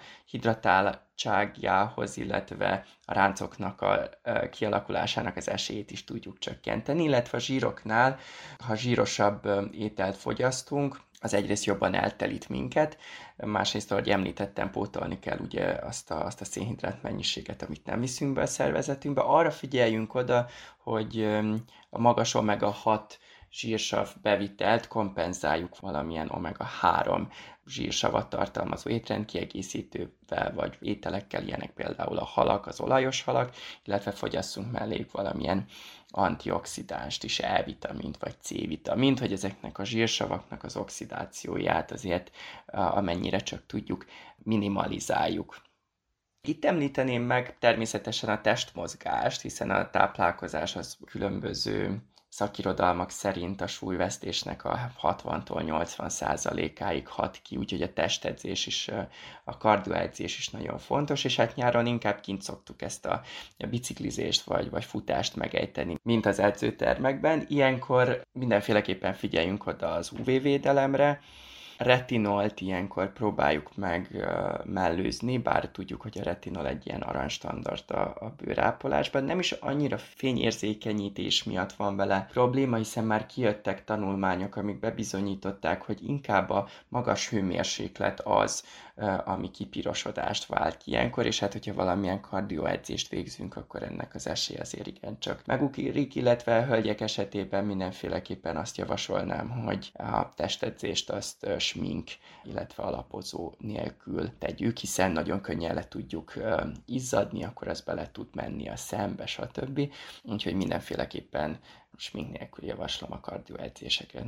hidratáltságjához, illetve a ráncoknak a kialakulásának az esélyét is tudjuk csökkenteni, illetve a zsíroknál, ha zsírosabb ételt fogyasztunk, az egyrészt jobban eltelít minket, másrészt, ahogy említettem, pótolni kell ugye azt a, azt a szénhidrát mennyiséget, amit nem viszünk be a szervezetünkbe. Arra figyeljünk oda, hogy a magas omega hat zsírsav bevitelt kompenzáljuk valamilyen omega három zsírsavat tartalmazó étrendkiegészítővel, vagy ételekkel, ilyenek például a halak, az olajos halak, illetve fogyasszunk melléjük valamilyen antioxidást is, E-vitamint vagy C-vitamint, hogy ezeknek a zsírsavaknak az oxidációját azért amennyire csak tudjuk, minimalizáljuk. Itt említeném meg természetesen a testmozgást, hiszen a táplálkozás az különböző szakirodalmak szerint a súlyvesztésnek a hatvantól nyolcvan százalékáig hat ki, úgyhogy a testedzés is, a kardioedzés is nagyon fontos, és hát nyáron inkább kint szoktuk ezt a, a biciklizést vagy, vagy futást megejteni, mint az edzőtermekben. Ilyenkor mindenféleképpen figyeljünk oda az ú vé-védelemre, retinolt ilyenkor próbáljuk meg uh, mellőzni, bár tudjuk, hogy a retinol egy ilyen aranystandard a, a bőrápolásban. Nem is annyira fényérzékenyítés miatt van vele probléma, hiszen már kijöttek tanulmányok, amik bebizonyították, hogy inkább a magas hőmérséklet az, uh, ami kipirosodást vált ki ilyenkor, és hát, hogyha valamilyen kardioedzést végzünk, akkor ennek az esély azért igencsak megugrik, illetve a hölgyek esetében mindenféleképpen azt javasolnám, hogy a testedzést azt smink, illetve alapozó nélkül tegyük, hiszen nagyon könnyen le tudjuk uh, izzadni, akkor az bele tud menni a szembe, stb. Úgyhogy mindenféleképpen smink nélkül javaslom a kardioedzéseket.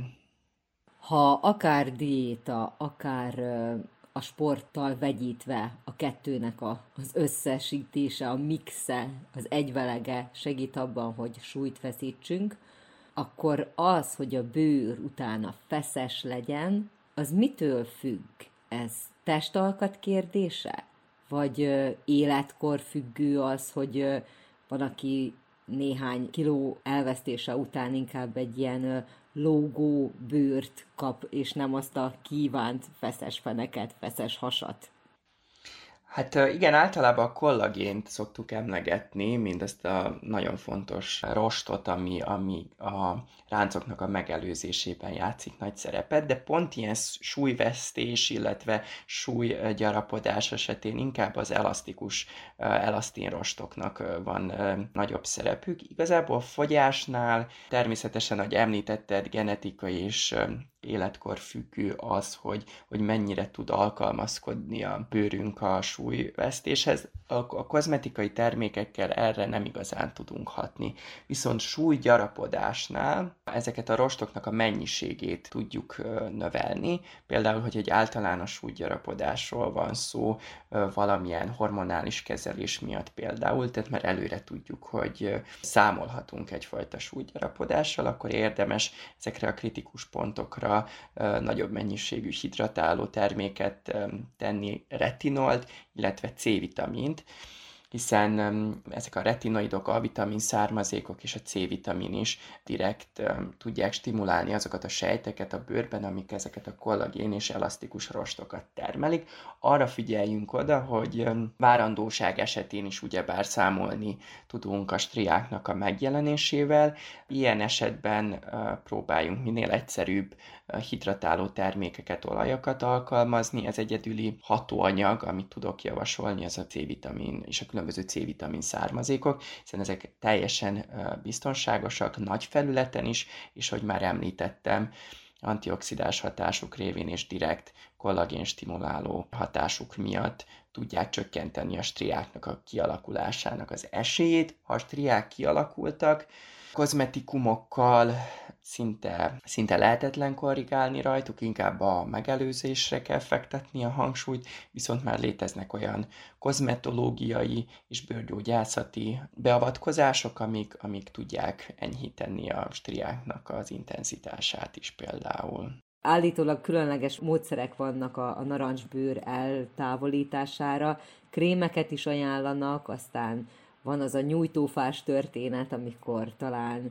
Ha akár diéta, akár uh, a sporttal vegyítve a kettőnek a, az összesítése, a mixe, az egyvelege segít abban, hogy súlyt veszítsünk, akkor az, hogy a bőr utána feszes legyen, az mitől függ? Ez testalkat kérdése? Vagy ö, életkor függő az, hogy ö, van, aki néhány kiló elvesztése után inkább egy ilyen ö, lógó bőrt kap, és nem azt a kívánt feszes feneket, feszes hasat? Hát igen, általában a kollagént szoktuk emlegetni, mindezt a nagyon fontos rostot, ami, ami a ráncoknak a megelőzésében játszik nagy szerepet, de pont ilyen súlyvesztés, illetve súlygyarapodás esetén inkább az elasztikus elasztinrostoknak van nagyobb szerepük. Igazából a fogyásnál természetesen, ahogy említetted, genetikai és életkor függő az, hogy, hogy mennyire tud alkalmazkodni a bőrünk a súlyvesztéshez. A, a kozmetikai termékekkel erre nem igazán tudunk hatni. Viszont súlygyarapodásnál ezeket a rostoknak a mennyiségét tudjuk növelni. Például, hogy egy általános súlygyarapodásról van szó, valamilyen hormonális kezelés miatt például, tehát már előre tudjuk, hogy számolhatunk egyfajta súlygyarapodással, akkor érdemes ezekre a kritikus pontokra nagyobb mennyiségű hidratáló terméket tenni, retinolt, illetve C-vitamint. hiszen um, ezek a retinoidok, a vitamin származékok és a C-vitamin is direkt um, tudják stimulálni azokat a sejteket a bőrben, amik ezeket a kollagén és elasztikus rostokat termelik. Arra figyeljünk oda, hogy um, várandóság esetén is ugyebár számolni tudunk a striáknak a megjelenésével. Ilyen esetben uh, próbáljunk minél egyszerűbb uh, hidratáló termékeket, olajakat alkalmazni. Ez egyedüli hatóanyag, amit tudok javasolni, ez a C-vitamin és a különböző C-vitamin származékok, hiszen ezek teljesen uh, biztonságosak, nagy felületen is, és hogy már említettem, antioxidáns hatásuk révén és direkt kollagén stimuláló hatásuk miatt tudják csökkenteni a striáknak a kialakulásának az esélyét. Ha a striák kialakultak, kozmetikumokkal szinte, szinte lehetetlen korrigálni rajtuk, inkább a megelőzésre kell fektetni a hangsúlyt, viszont már léteznek olyan kozmetológiai és bőrgyógyászati beavatkozások, amik, amik tudják enyhíteni a striáknak az intenzitását is például. Állítólag különleges módszerek vannak a, a narancsbőr eltávolítására, krémeket is ajánlanak, aztán van az a nyújtófás történet, amikor talán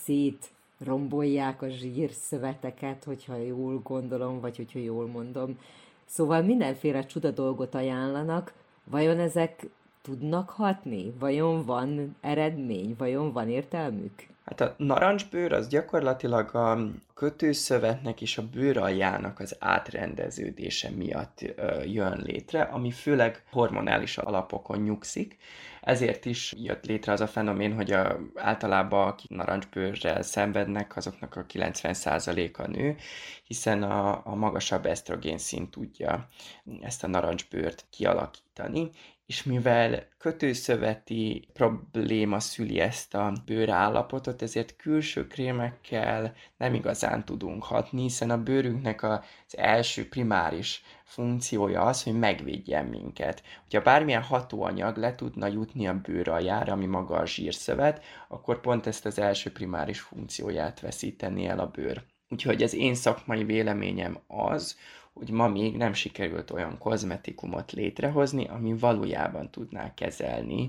szétrombolják a zsírszöveteket, hogyha jól gondolom, vagy hogyha jól mondom. Szóval mindenféle csuda dolgot ajánlanak. Vajon ezek tudnak hatni? Vajon van eredmény? Vajon van értelmük? Hát a narancsbőr az gyakorlatilag a kötőszövetnek és a bőraljának az átrendeződése miatt ö, jön létre, ami főleg hormonális alapokon nyugszik. Ezért is jött létre az a fenomén, hogy a, általában akik narancsbőrrel szenvednek, azoknak a kilencven százaléka nő, hiszen a, a magasabb esztrogén szint tudja ezt a narancsbőrt kialakítani, és mivel kötőszöveti probléma szüli ezt a bőrállapotot, ezért külső krémekkel nem igazán tudunk hatni, hiszen a bőrünknek az első primáris funkciója az, hogy megvédjen minket. Hogyha bármilyen hatóanyag le tudna jutni a bőr aljára, ami maga a zsírszövet, akkor pont ezt az első primáris funkcióját veszíteni el a bőr. Úgyhogy az én szakmai véleményem az, hogy ma még nem sikerült olyan kozmetikumot létrehozni, ami valójában tudná kezelni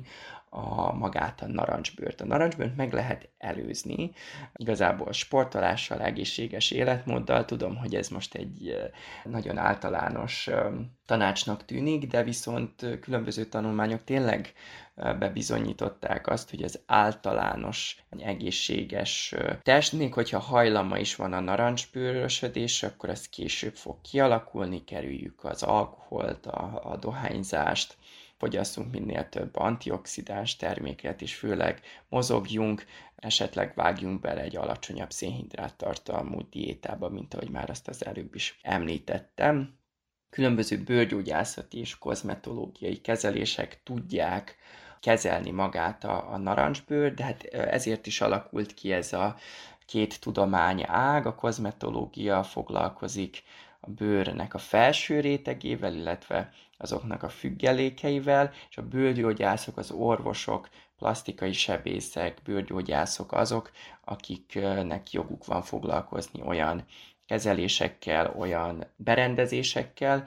a magát a narancsbőrt. A narancsbőrt meg lehet előzni, igazából sportolással, egészséges életmóddal. Tudom, hogy ez most egy nagyon általános tanácsnak tűnik, de viszont különböző tanulmányok tényleg bebizonyították azt, hogy az általános egészséges test, még hogyha hajlama is van a narancsbőrösödésre, akkor ez később fog kialakulni, kerüljük az alkoholt, a, a dohányzást, fogyasszunk minél több antioxidáns terméket, és főleg mozogjunk, esetleg vágjunk bele egy alacsonyabb szénhidrát tartalmú diétába, mint ahogy már azt az előbb is említettem. Különböző bőrgyógyászati és kozmetológiai kezelések tudják kezelni magát a, a narancsbőr, de hát ezért is alakult ki ez a két tudományág. A kozmetológia foglalkozik a bőrnek a felső rétegével, illetve azoknak a függelékeivel, és a bőrgyógyászok, az orvosok, plasztikai sebészek, bőrgyógyászok azok, akiknek joguk van foglalkozni olyan kezelésekkel, olyan berendezésekkel,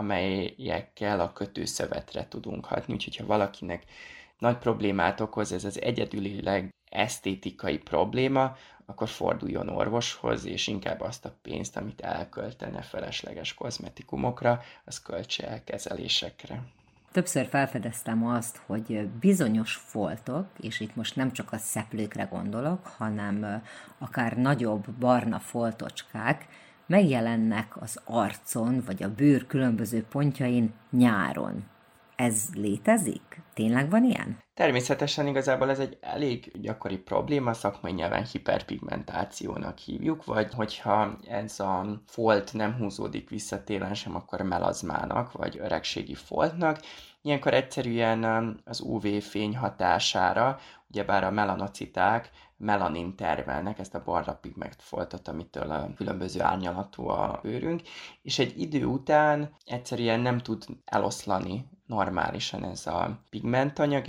amelyekkel a kötőszövetre tudunk hatni. Úgyhogy ha valakinek nagy problémát okoz ez az egyedülileg esztétikai probléma, akkor forduljon orvoshoz, és inkább azt a pénzt, amit elköltene felesleges kozmetikumokra, az költse el kezelésekre. Többször felfedeztem azt, hogy bizonyos foltok, és itt most nem csak a szeplőkre gondolok, hanem akár nagyobb barna foltocskák megjelennek az arcon, vagy a bőr különböző pontjain nyáron. Ez létezik? Tényleg van ilyen? Természetesen igazából ez egy elég gyakori probléma, szakmai nyelven hiperpigmentációnak hívjuk, vagy hogyha ez a folt nem húzódik vissza télen sem, akkor melazmának, vagy öregségi foltnak. Ilyenkor egyszerűen az ú vé-fény hatására, ugyebár a melanociták melanin termelnek, ezt a barna pigment foltot, amitől a különböző árnyalatú a bőrünk, és egy idő után egyszerűen nem tud eloszlani normálisan ez a pigmentanyag, és akkor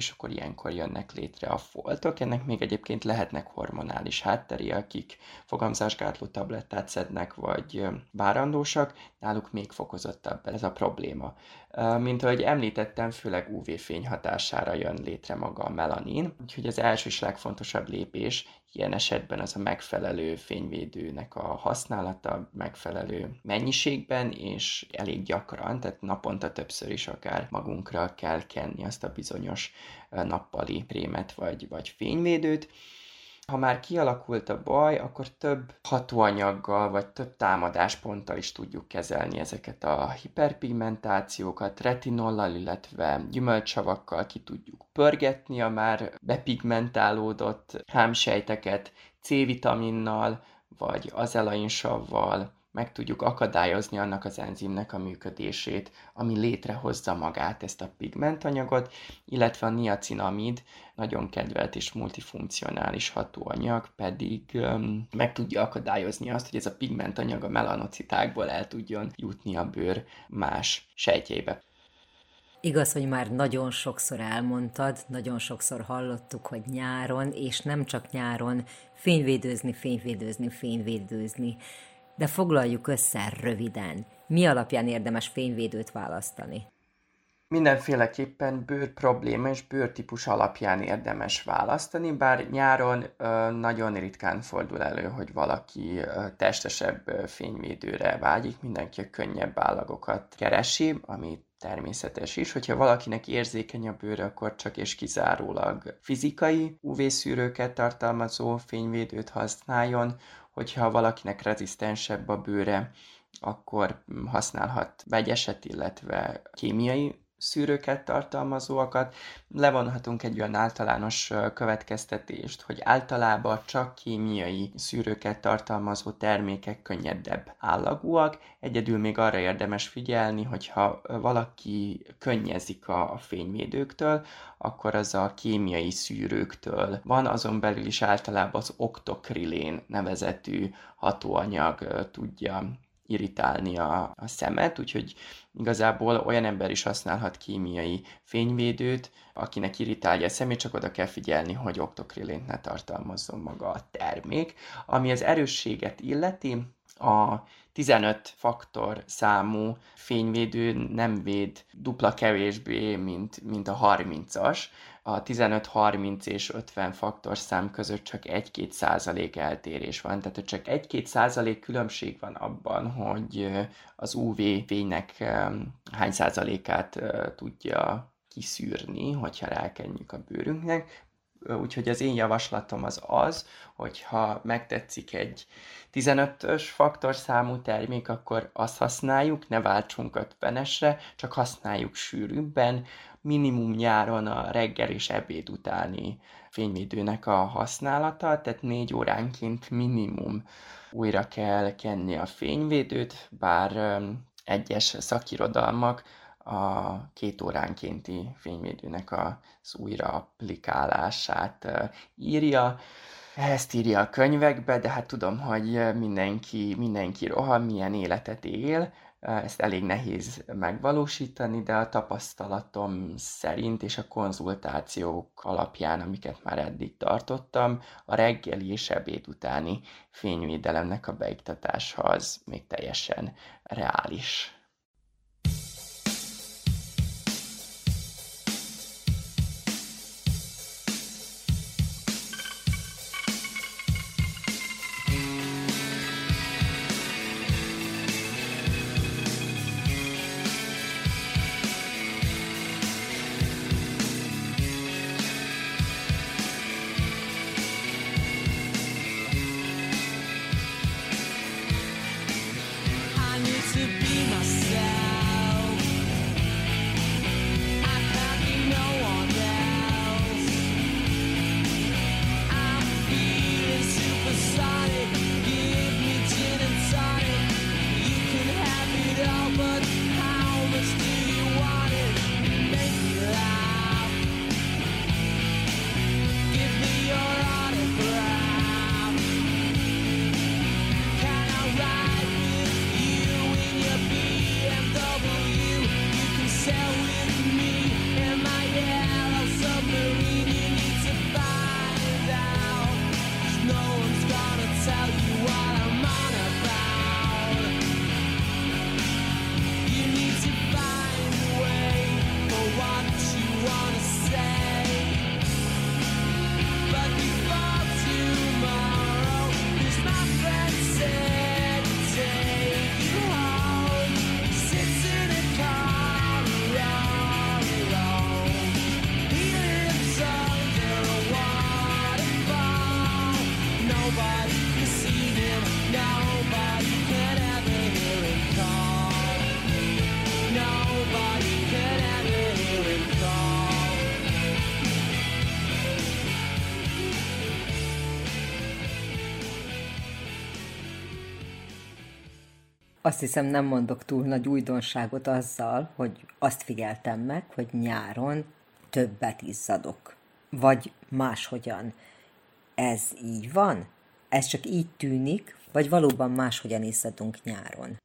ilyenkor jönnek létre a foltok. Ennek még egyébként lehetnek hormonális hátteri, akik fogamzásgátló tablettát szednek, vagy várandósak, náluk még fokozottabb ez a probléma. Mint ahogy említettem, főleg ú vé-fény hatására jön létre maga a melanin, úgyhogy az első és legfontosabb lépés ilyen esetben az a megfelelő fényvédőnek a használata, megfelelő mennyiségben és elég gyakran, tehát naponta többször is akár magunkra kell kenni azt a bizonyos nappali krémet vagy, vagy fényvédőt. Ha már kialakult a baj, akkor több hatóanyaggal vagy több támadásponttal is tudjuk kezelni ezeket a hiperpigmentációkat, retinollal, illetve gyümölcsavakkal ki tudjuk pörgetni a már bepigmentálódott hámsejteket, C-vitaminnal vagy azelainsaval, meg tudjuk akadályozni annak az enzimnek a működését, ami létrehozza magát ezt a pigmentanyagot, illetve a niacinamid, nagyon kedvelt és multifunkcionális hatóanyag, pedig um, meg tudja akadályozni azt, hogy ez a pigmentanyag a melanocitákból el tudjon jutni a bőr más sejtjeibe. Igaz, hogy már nagyon sokszor elmondtad, nagyon sokszor hallottuk, hogy nyáron, és nem csak nyáron, fényvédőzni, fényvédőzni, fényvédőzni. De foglaljuk össze röviden. Mi alapján érdemes fényvédőt választani? Mindenféleképpen bőr probléma és bőrtípus alapján érdemes választani, bár nyáron ö, nagyon ritkán fordul elő, hogy valaki ö, testesebb ö, fényvédőre vágyik, mindenki a könnyebb állagokat keresi, ami természetes is. Hogyha valakinek érzékeny a bőre, akkor csak és kizárólag fizikai ú vé-szűrőket tartalmazó fényvédőt használjon, hogyha valakinek rezisztensebb a bőre, akkor használhat vegyeset, illetve kémiai szűrőket tartalmazóakat. Levonhatunk egy olyan általános következtetést, hogy általában csak kémiai szűrőket tartalmazó termékek könnyedebb állagúak. Egyedül még arra érdemes figyelni, hogyha valaki könnyezik a fényvédőktől, akkor az a kémiai szűrőktől van, azon belül is általában az oktokrilén nevezetű hatóanyag tudja irritálni a, a szemet, úgyhogy igazából olyan ember is használhat kémiai fényvédőt, akinek irritálja a szemét, csak oda kell figyelni, hogy oktokrilént ne tartalmazzon maga a termék. Ami az erősséget illeti, a tizenöt faktor számú fényvédő nem véd dupla kevésbé, mint, mint a harmincas. A tizenöt, harminc és ötven faktor szám között csak egy-két százalék eltérés van, tehát csak egy-két százalék különbség van abban, hogy az ú vé-fénynek hány százalékát tudja kiszűrni, hogyha rákenjük a bőrünknek. Úgyhogy az én javaslatom az az, hogyha megtetszik egy tizenötös faktorszámú termék, akkor azt használjuk, ne váltsunk ötvenesre, csak használjuk sűrűbben, minimum nyáron a reggel és ebéd utáni fényvédőnek a használata, tehát négy óránként minimum újra kell kenni a fényvédőt, bár egyes szakirodalmak a két óránkénti fényvédőnek az újra applikálását írja. Ezt írja a könyvekbe, de hát tudom, hogy mindenki, mindenki rohan, milyen életet él, ezt elég nehéz megvalósítani, de a tapasztalatom szerint és a konzultációk alapján, amiket már eddig tartottam, a reggeli és ebéd utáni fényvédelemnek a beiktatása az még teljesen reális. To be myself. Azt hiszem, nem mondok túl nagy újdonságot azzal, hogy azt figyeltem meg, hogy nyáron többet izzadok. Vagy máshogyan. Ez így van? Ez csak így tűnik, vagy valóban máshogyan izzadunk nyáron?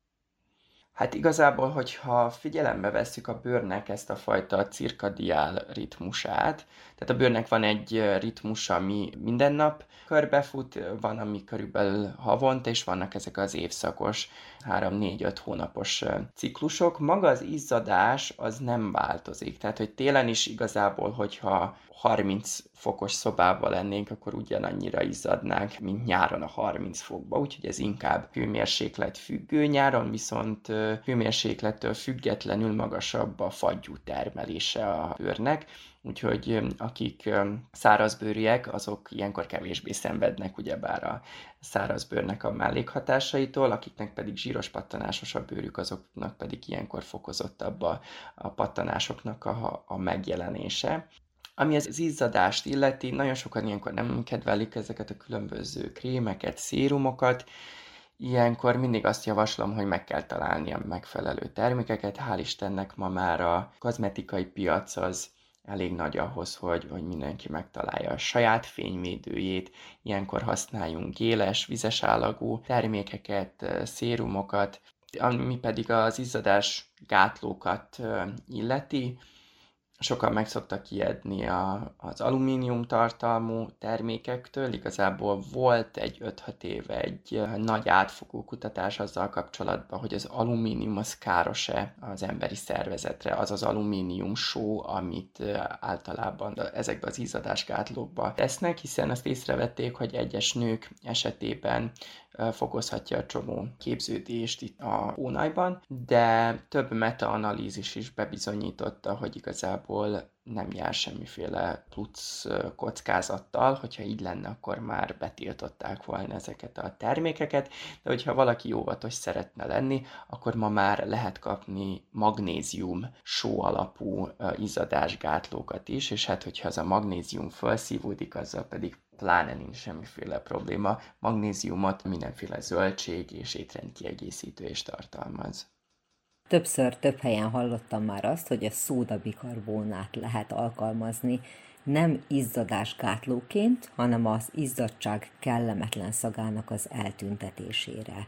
Hát igazából, hogyha figyelembe vesszük a bőrnek ezt a fajta cirkadiál ritmusát, tehát a bőrnek van egy ritmus, ami minden nap körbefut, van, ami körülbelül havonta, és vannak ezek az évszakos három-négy-öt hónapos ciklusok. Maga az izzadás az nem változik, tehát hogy télen is igazából, hogyha harminc fokos szobában lennénk, akkor ugyanannyira izzadnánk, mint nyáron a harminc fokba, úgyhogy ez inkább hőmérséklet függő. Nyáron viszont hőmérséklettől függetlenül magasabb a fagyú termelése a bőrnek, úgyhogy akik szárazbőrűek, azok ilyenkor kevésbé szenvednek ugyebár a szárazbőrnek a mellékhatásaitól, akiknek pedig zsíros pattanásos a bőrük, azoknak pedig ilyenkor fokozottabb a, a pattanásoknak a, a megjelenése. Ami az izzadást illeti, nagyon sokan ilyenkor nem kedvelik ezeket a különböző krémeket, szérumokat. Ilyenkor mindig azt javaslom, hogy meg kell találni a megfelelő termékeket. Hál' Istennek ma már a kozmetikai piac az elég nagy ahhoz, hogy, hogy mindenki megtalálja a saját fényvédőjét. Ilyenkor használjunk géles, vizes állagú termékeket, szérumokat, ami pedig az izzadás gátlókat illeti. Sokan meg szoktak ijedni a, az alumínium tartalmú termékektől. Igazából volt egy öt-hat éve egy nagy átfogó kutatás azzal kapcsolatban, hogy az alumínium az káros-e az emberi szervezetre, az az alumínium só, amit általában ezekben az izzadásgátlókba tesznek, hiszen azt észrevették, hogy egyes nők esetében fokozhatja a csomó képződést itt a hónajban, de több metaanalízis is bebizonyította, hogy igazából nem jár semmiféle plusz kockázattal, hogyha így lenne, akkor már betiltották volna ezeket a termékeket, de hogyha valaki óvatos szeretne lenni, akkor ma már lehet kapni magnézium só alapú izzadásgátlókat is, és hát hogyha az a magnézium felszívódik, azzal pedig pláne nincs semmiféle probléma. Magnéziumot mindenféle zöldség és étrendkiegészítő is tartalmaz. Többször több helyen hallottam már azt, hogy a szódabikarbónát lehet alkalmazni nem izzadásgátlóként, hanem az izzadság kellemetlen szagának az eltüntetésére.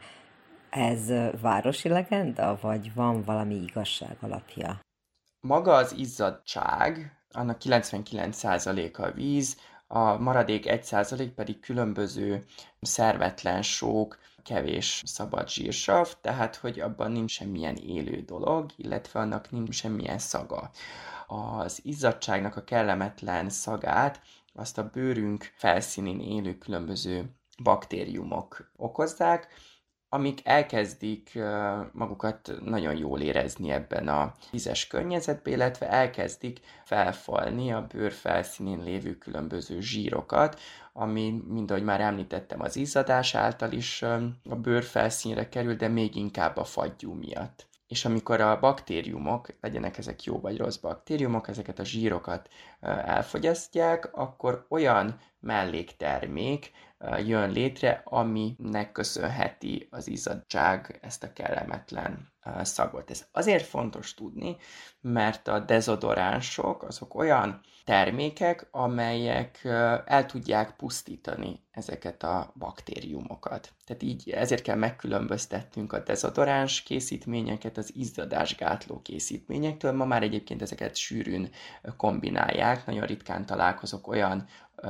Ez városi legenda, vagy van valami igazság alapja? Maga az izzadság, annak kilencvenkilenc százaléka a víz, a maradék egy százalék pedig különböző szervetlen sók, kevés szabad zsírsav, tehát hogy abban nincs semmilyen élő dolog, illetve annak nincs semmilyen szaga. Az izzadságnak a kellemetlen szagát azt a bőrünk felszínén élő különböző baktériumok okozzák, amik elkezdik magukat nagyon jól érezni ebben a vizes környezetben, illetve elkezdik felfalni a bőr felszínén lévő különböző zsírokat, ami, mint ahogy már említettem, az izzadás által is a bőr felszínre kerül, de még inkább a fagyú miatt. És amikor a baktériumok, legyenek ezek jó vagy rossz baktériumok, ezeket a zsírokat elfogyasztják, akkor olyan melléktermék jön létre, aminek köszönheti az izzadság ezt a kellemetlen szagot. Ez azért fontos tudni, mert a dezodoránsok azok olyan termékek, amelyek el tudják pusztítani ezeket a baktériumokat. Tehát így ezért kell megkülönböztetnünk a dezodoráns készítményeket az izzadásgátló készítményektől. Ma már egyébként ezeket sűrűn kombinálják, nagyon ritkán találkozok olyan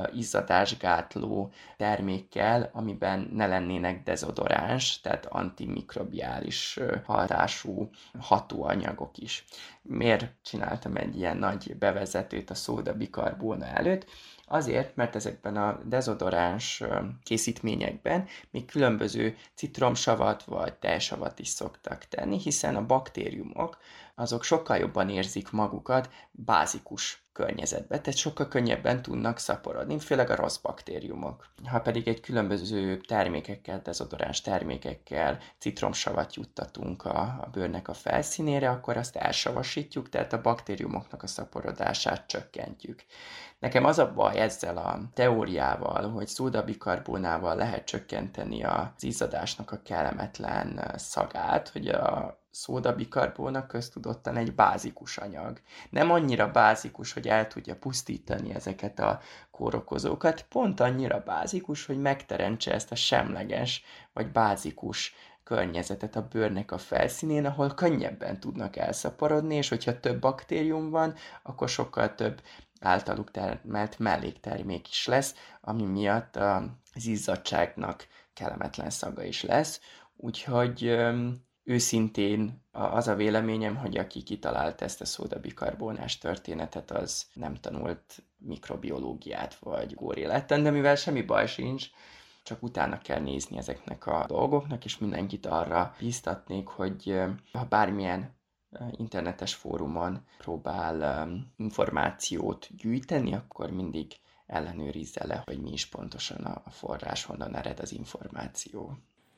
izzadásgátló termékkel, amiben ne lennének dezodoráns, tehát antimikrobiális hatású hatóanyagok is. Miért csináltam egy ilyen nagy bevezetőt a szódabikarbóna előtt? Azért, mert ezekben a dezodoráns készítményekben még különböző citromsavat vagy tejsavat is szoktak tenni, hiszen a baktériumok azok sokkal jobban érzik magukat bázikus környezetbe, tehát sokkal könnyebben tudnak szaporodni, főleg a rossz baktériumok. Ha pedig egy különböző termékekkel, dezodoráns termékekkel citromsavat juttatunk a, a bőrnek a felszínére, akkor azt elsavasítjuk, tehát a baktériumoknak a szaporodását csökkentjük. Nekem az a baj ezzel a teóriával, hogy szódabikarbónával lehet csökkenteni az izzadásnak a kellemetlen szagát, hogy a szódabikarbónak köztudottan egy bázikus anyag. Nem annyira bázikus, hogy el tudja pusztítani ezeket a kórokozókat, pont annyira bázikus, hogy megteremtse ezt a semleges vagy bázikus környezetet a bőrnek a felszínén, ahol könnyebben tudnak elszaporodni, és hogyha több baktérium van, akkor sokkal több általuk termelt melléktermék is lesz, ami miatt az izzadságnak kellemetlen szaga is lesz. Úgyhogy őszintén az a véleményem, hogy aki kitalált ezt a szódabikarbónás történetet, az nem tanult mikrobiológiát vagy góréletten, de mivel semmi baj sincs, csak utána kell nézni ezeknek a dolgoknak, és mindenkit arra bíztatnék, hogy ha bármilyen internetes fórumon próbál információt gyűjteni, akkor mindig ellenőrizze le, hogy mi is pontosan a forrás, honnan ered az információ.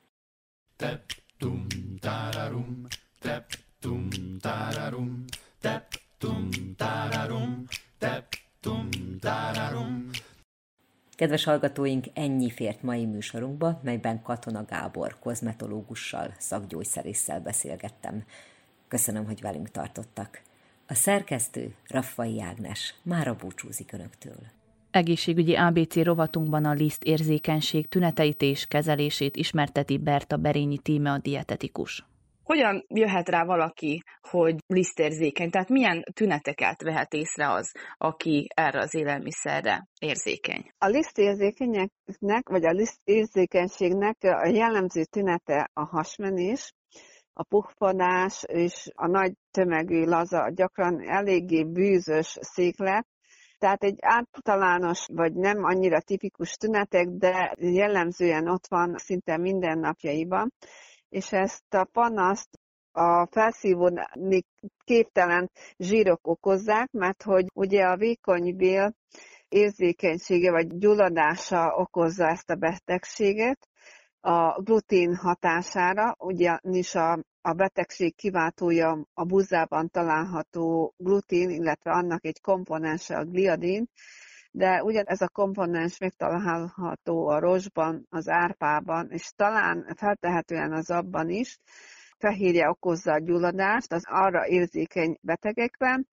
Tep tum tararum, tep tum tararum, tep tum tararum, tep tum tararum. Kedves hallgatóink, ennyi fért mai műsorunkba, melyben Katona Gábor kozmetológussal, szakgyógyszerésszel beszélgettem. Köszönöm, hogy velünk tartottak. A szerkesztő, Raffai Ágnes, mára búcsúzik önöktől. Egészségügyi á bé cé rovatunkban a lisztérzékenység tüneteit és kezelését ismerteti Berta Berényi Tíme, a dietetikus. Hogyan jöhet rá valaki, hogy lisztérzékeny? Tehát milyen tüneteket vehet észre az, aki erre az élelmiszerre érzékeny? A lisztérzékenyeknek, vagy a lisztérzékenységnek a jellemző tünete a hasmenés, a puffadás és a nagy tömegű, laza, gyakran eléggé bűzös széklet. Tehát egy általános, vagy nem annyira tipikus tünetek, de jellemzően ott van szinte minden napjaiban. És ezt a panaszt a felszívódni képtelen zsírok okozzák, mert hogy ugye a vékony bél érzékenysége vagy gyulladása okozza ezt a betegséget a glutén hatására, ugyanis a, a betegség kiváltója a buzában található glutén, illetve annak egy komponense a gliadin, de ugyanez a komponens megtalálható a rozsban, az árpában, és talán feltehetően az abban is. Fehérje okozza a gyulladást az arra érzékeny betegekben,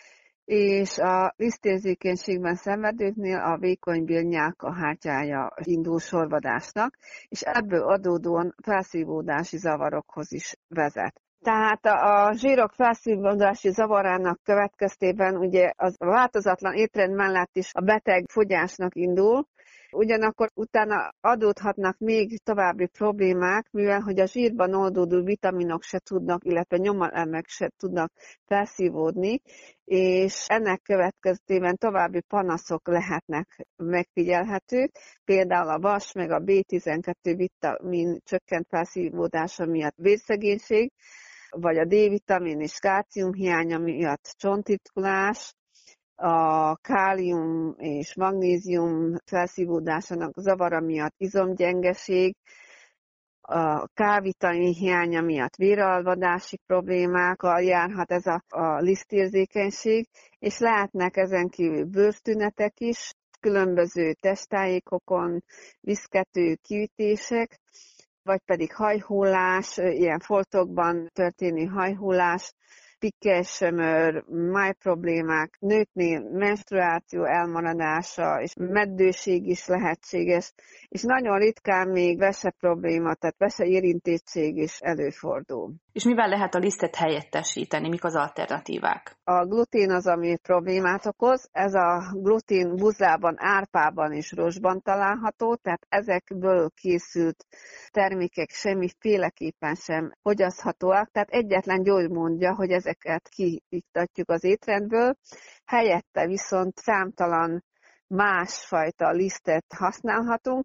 és a lisztérzékenységben szenvedőknél a vékonybél nyálkahártyája indul sorvadásnak, és ebből adódóan felszívódási zavarokhoz is vezet. Tehát a zsírok felszívódási zavarának következtében ugye az változatlan étrend mellett is a beteg fogyásnak indul, ugyanakkor utána adódhatnak még további problémák, mivel hogy a zsírban oldódó vitaminok se tudnak, illetve nyomalemek se tudnak felszívódni, és ennek következtében további panaszok lehetnek megfigyelhetők, például a vas meg a bé tizenkettő vitamin csökkent felszívódása miatt vérszegénység, vagy a D-vitamin és kálcium hiánya miatt csontritkulás, a kálium és magnézium felszívódásának zavara miatt izomgyengeség, a K-vitamin hiánya miatt véralvadási problémákkal járhat ez a, a lisztérzékenység, és lehetnek ezen kívül bőrtünetek is, különböző testtájékokon viszkető kiütések, vagy pedig hajhullás, ilyen foltokban történő hajhullás, pikkes sömör, májproblémák, nőknél menstruáció elmaradása és meddőség is lehetséges, és nagyon ritkán még vese probléma, tehát vese érintettség is előfordul. És mivel lehet a lisztet helyettesíteni, mik az alternatívák? A glutén az, ami problémát okoz. Ez a glutén buzában, árpában és rozsban található, tehát ezekből készült termékek semmiféleképpen sem fogyaszthatóak, tehát egyetlen gyógymódja, hogy ezeket kiiktatjuk az étrendből, helyette viszont számtalan másfajta lisztet használhatunk,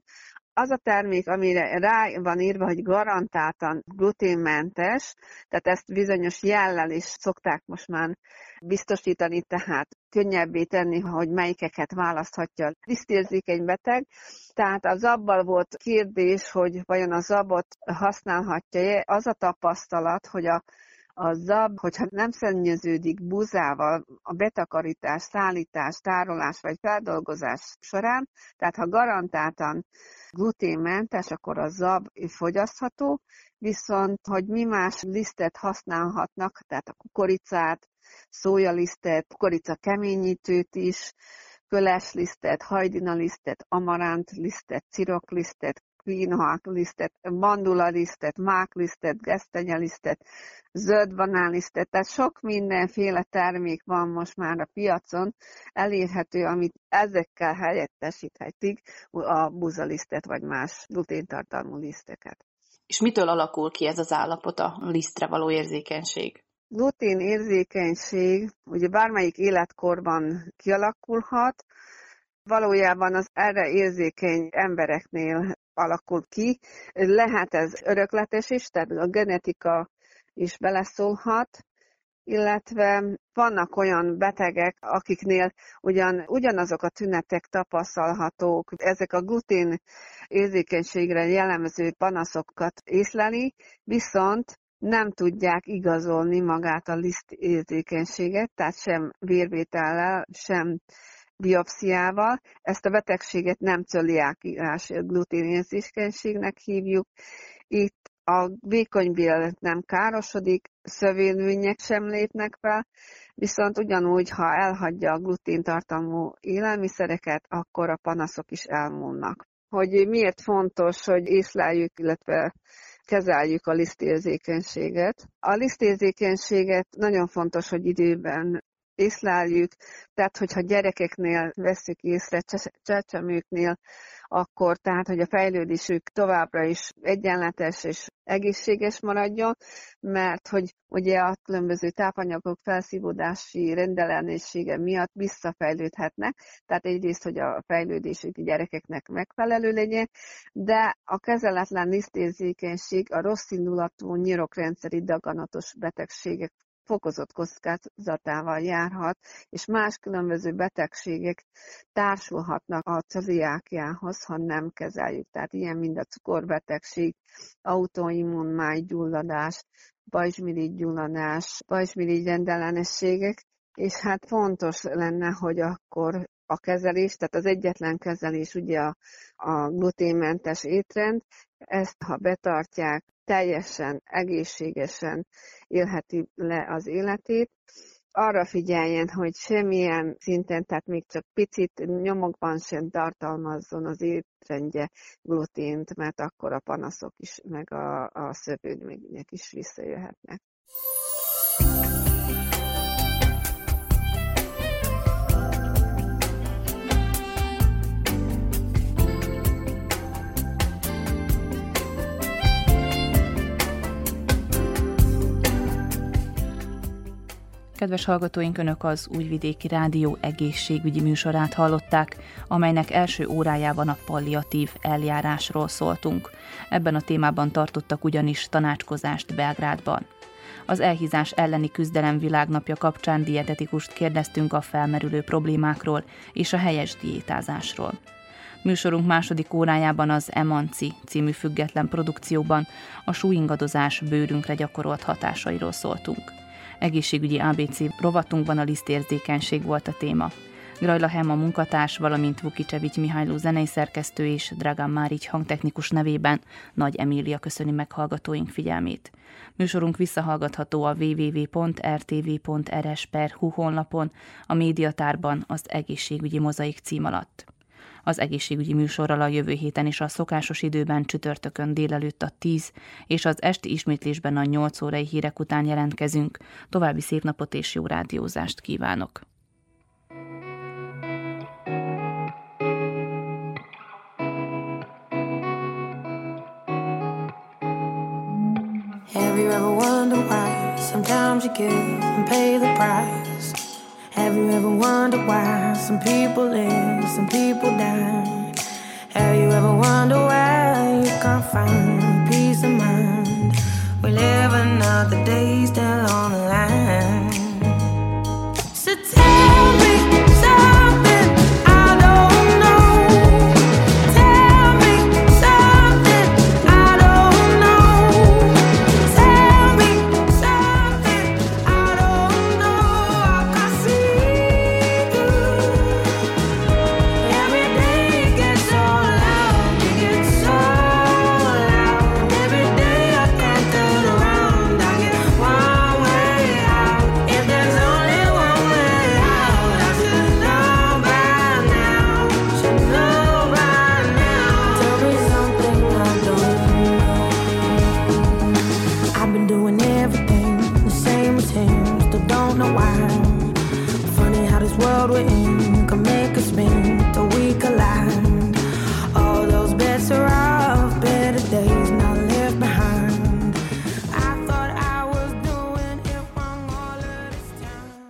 Az a termék, amire rá van írva, hogy garantáltan gluténmentes, tehát ezt bizonyos jellel is szokták most már biztosítani, tehát könnyebbé tenni, hogy melyikeket választhatja lisztérzékeny beteg. Tehát a zabbal volt kérdés, hogy vajon a zabot használhatja-e. Az a tapasztalat, hogy a A zab, hogyha nem szennyeződik buzával a betakarítás, szállítás, tárolás vagy feldolgozás során, tehát ha garantáltan gluténmentes, akkor a zab fogyasztható, viszont hogy mi más lisztet használhatnak, tehát a kukoricát, szójalisztet, kukorica keményítőt is, köleslisztet, hajdinalisztet, amarántlisztet, ciroklisztet, kvinoa-lisztet, mandulalisztet, máklisztet, gesztenyelisztet, zöld banánlisztet, tehát sok mindenféle termék van most már a piacon elérhető, amit ezekkel helyettesíthetik a buzalisztet vagy más gluténtartalmú liszteket. És mitől alakul ki ez az állapot, a lisztre való érzékenység? Glutén érzékenység ugye bármelyik életkorban kialakulhat, valójában az erre érzékeny embereknél alakul ki. Lehet ez örökletes is, tehát a genetika is beleszólhat, illetve vannak olyan betegek, akiknél ugyan, ugyanazok a tünetek tapasztalhatók, ezek a glutén érzékenységre jellemző panaszokat észleli, viszont nem tudják igazolni magát a liszt érzékenységet, tehát sem vérvétellel, sem biopsziával. Ezt a betegséget nem cöliákiás gluténérzékenységnek hívjuk. Itt a vékonybél nem károsodik, szövődmények sem lépnek fel, viszont ugyanúgy, ha elhagyja a gluténtartalmú élelmiszereket, akkor a panaszok is elmúlnak. Hogy miért fontos, hogy észleljük, illetve kezeljük a lisztérzékenységet. A lisztérzékenységet nagyon fontos, hogy időben észleljük, tehát hogyha gyerekeknél vesszük észre, csecsemőknél, akkor tehát, hogy a fejlődésük továbbra is egyenletes és egészséges maradjon, mert hogy ugye a különböző tápanyagok felszívódási rendellenessége miatt visszafejlődhetnek, tehát egyrészt, hogy a fejlődésük a gyerekeknek megfelelő legyen, de a kezeletlen lisztérzékenység a rosszindulatú nyirokrendszeri daganatos betegségek fokozott kockázatával járhat, és más különböző betegségek társulhatnak a celiákiához, ha nem kezeljük. Tehát ilyen mind a cukorbetegség, autoimmun májgyulladás, pajzsmirigygyulladás, pajzsmirigy rendellenességek, és hát fontos lenne, hogy akkor a kezelés, tehát az egyetlen kezelés ugye a, a gluténmentes étrend, ezt ha betartják, teljesen egészségesen élheti le az életét. Arra figyeljen, hogy semmilyen szinten, tehát még csak picit nyomokban sem tartalmazzon az étrendje glutént, mert akkor a panaszok is, meg a, a szövődmények is visszajöhetnek. Kedves hallgatóink, Önök az Újvidéki Rádió egészségügyi műsorát hallották, amelynek első órájában a palliatív eljárásról szóltunk. Ebben a témában tartottak ugyanis tanácskozást Belgrádban. Az elhízás elleni küzdelem világnapja kapcsán dietetikust kérdeztünk a felmerülő problémákról és a helyes diétázásról. Műsorunk második órájában az Emanci című független produkcióban a súlyingadozás bőrünkre gyakorolt hatásairól szóltunk. Egészségügyi á bé cé rovatunkban a lisztérzékenység volt a téma. Grajla Hema munkatárs, valamint Vukicevics Mihajló zenei szerkesztő és Dragan Márics hangtechnikus nevében Nagy Emília köszöni meghallgatóink figyelmét. Műsorunk visszahallgatható a double-u double-u double-u pont r t v pont r s pont h u honlapon, a médiatárban az egészségügyi mozaik cím alatt. Az egészségügyi műsorral a jövő héten is a szokásos időben csütörtökön délelőtt a tíz és az esti ismétlésben a nyolc órai hírek után jelentkezünk. További szép napot és jó rádiózást kívánok! Have you ever wondered why sometimes you give and pay the price? Have you ever wondered why some people live, some people die? Have you ever wondered where you can find peace of mind? We live another day still on the line. So tell me something I don't know. Tell me something I don't know. Tell me something I don't know. I can see you. Every day it gets so loud, it gets so loud. Every day I can't turn around, I get one way out. If there's only one way out, I should know by now, should know by now. Tell me something I don't know. I've been doing everything the same routine, still don't know why. Funny how this world we're in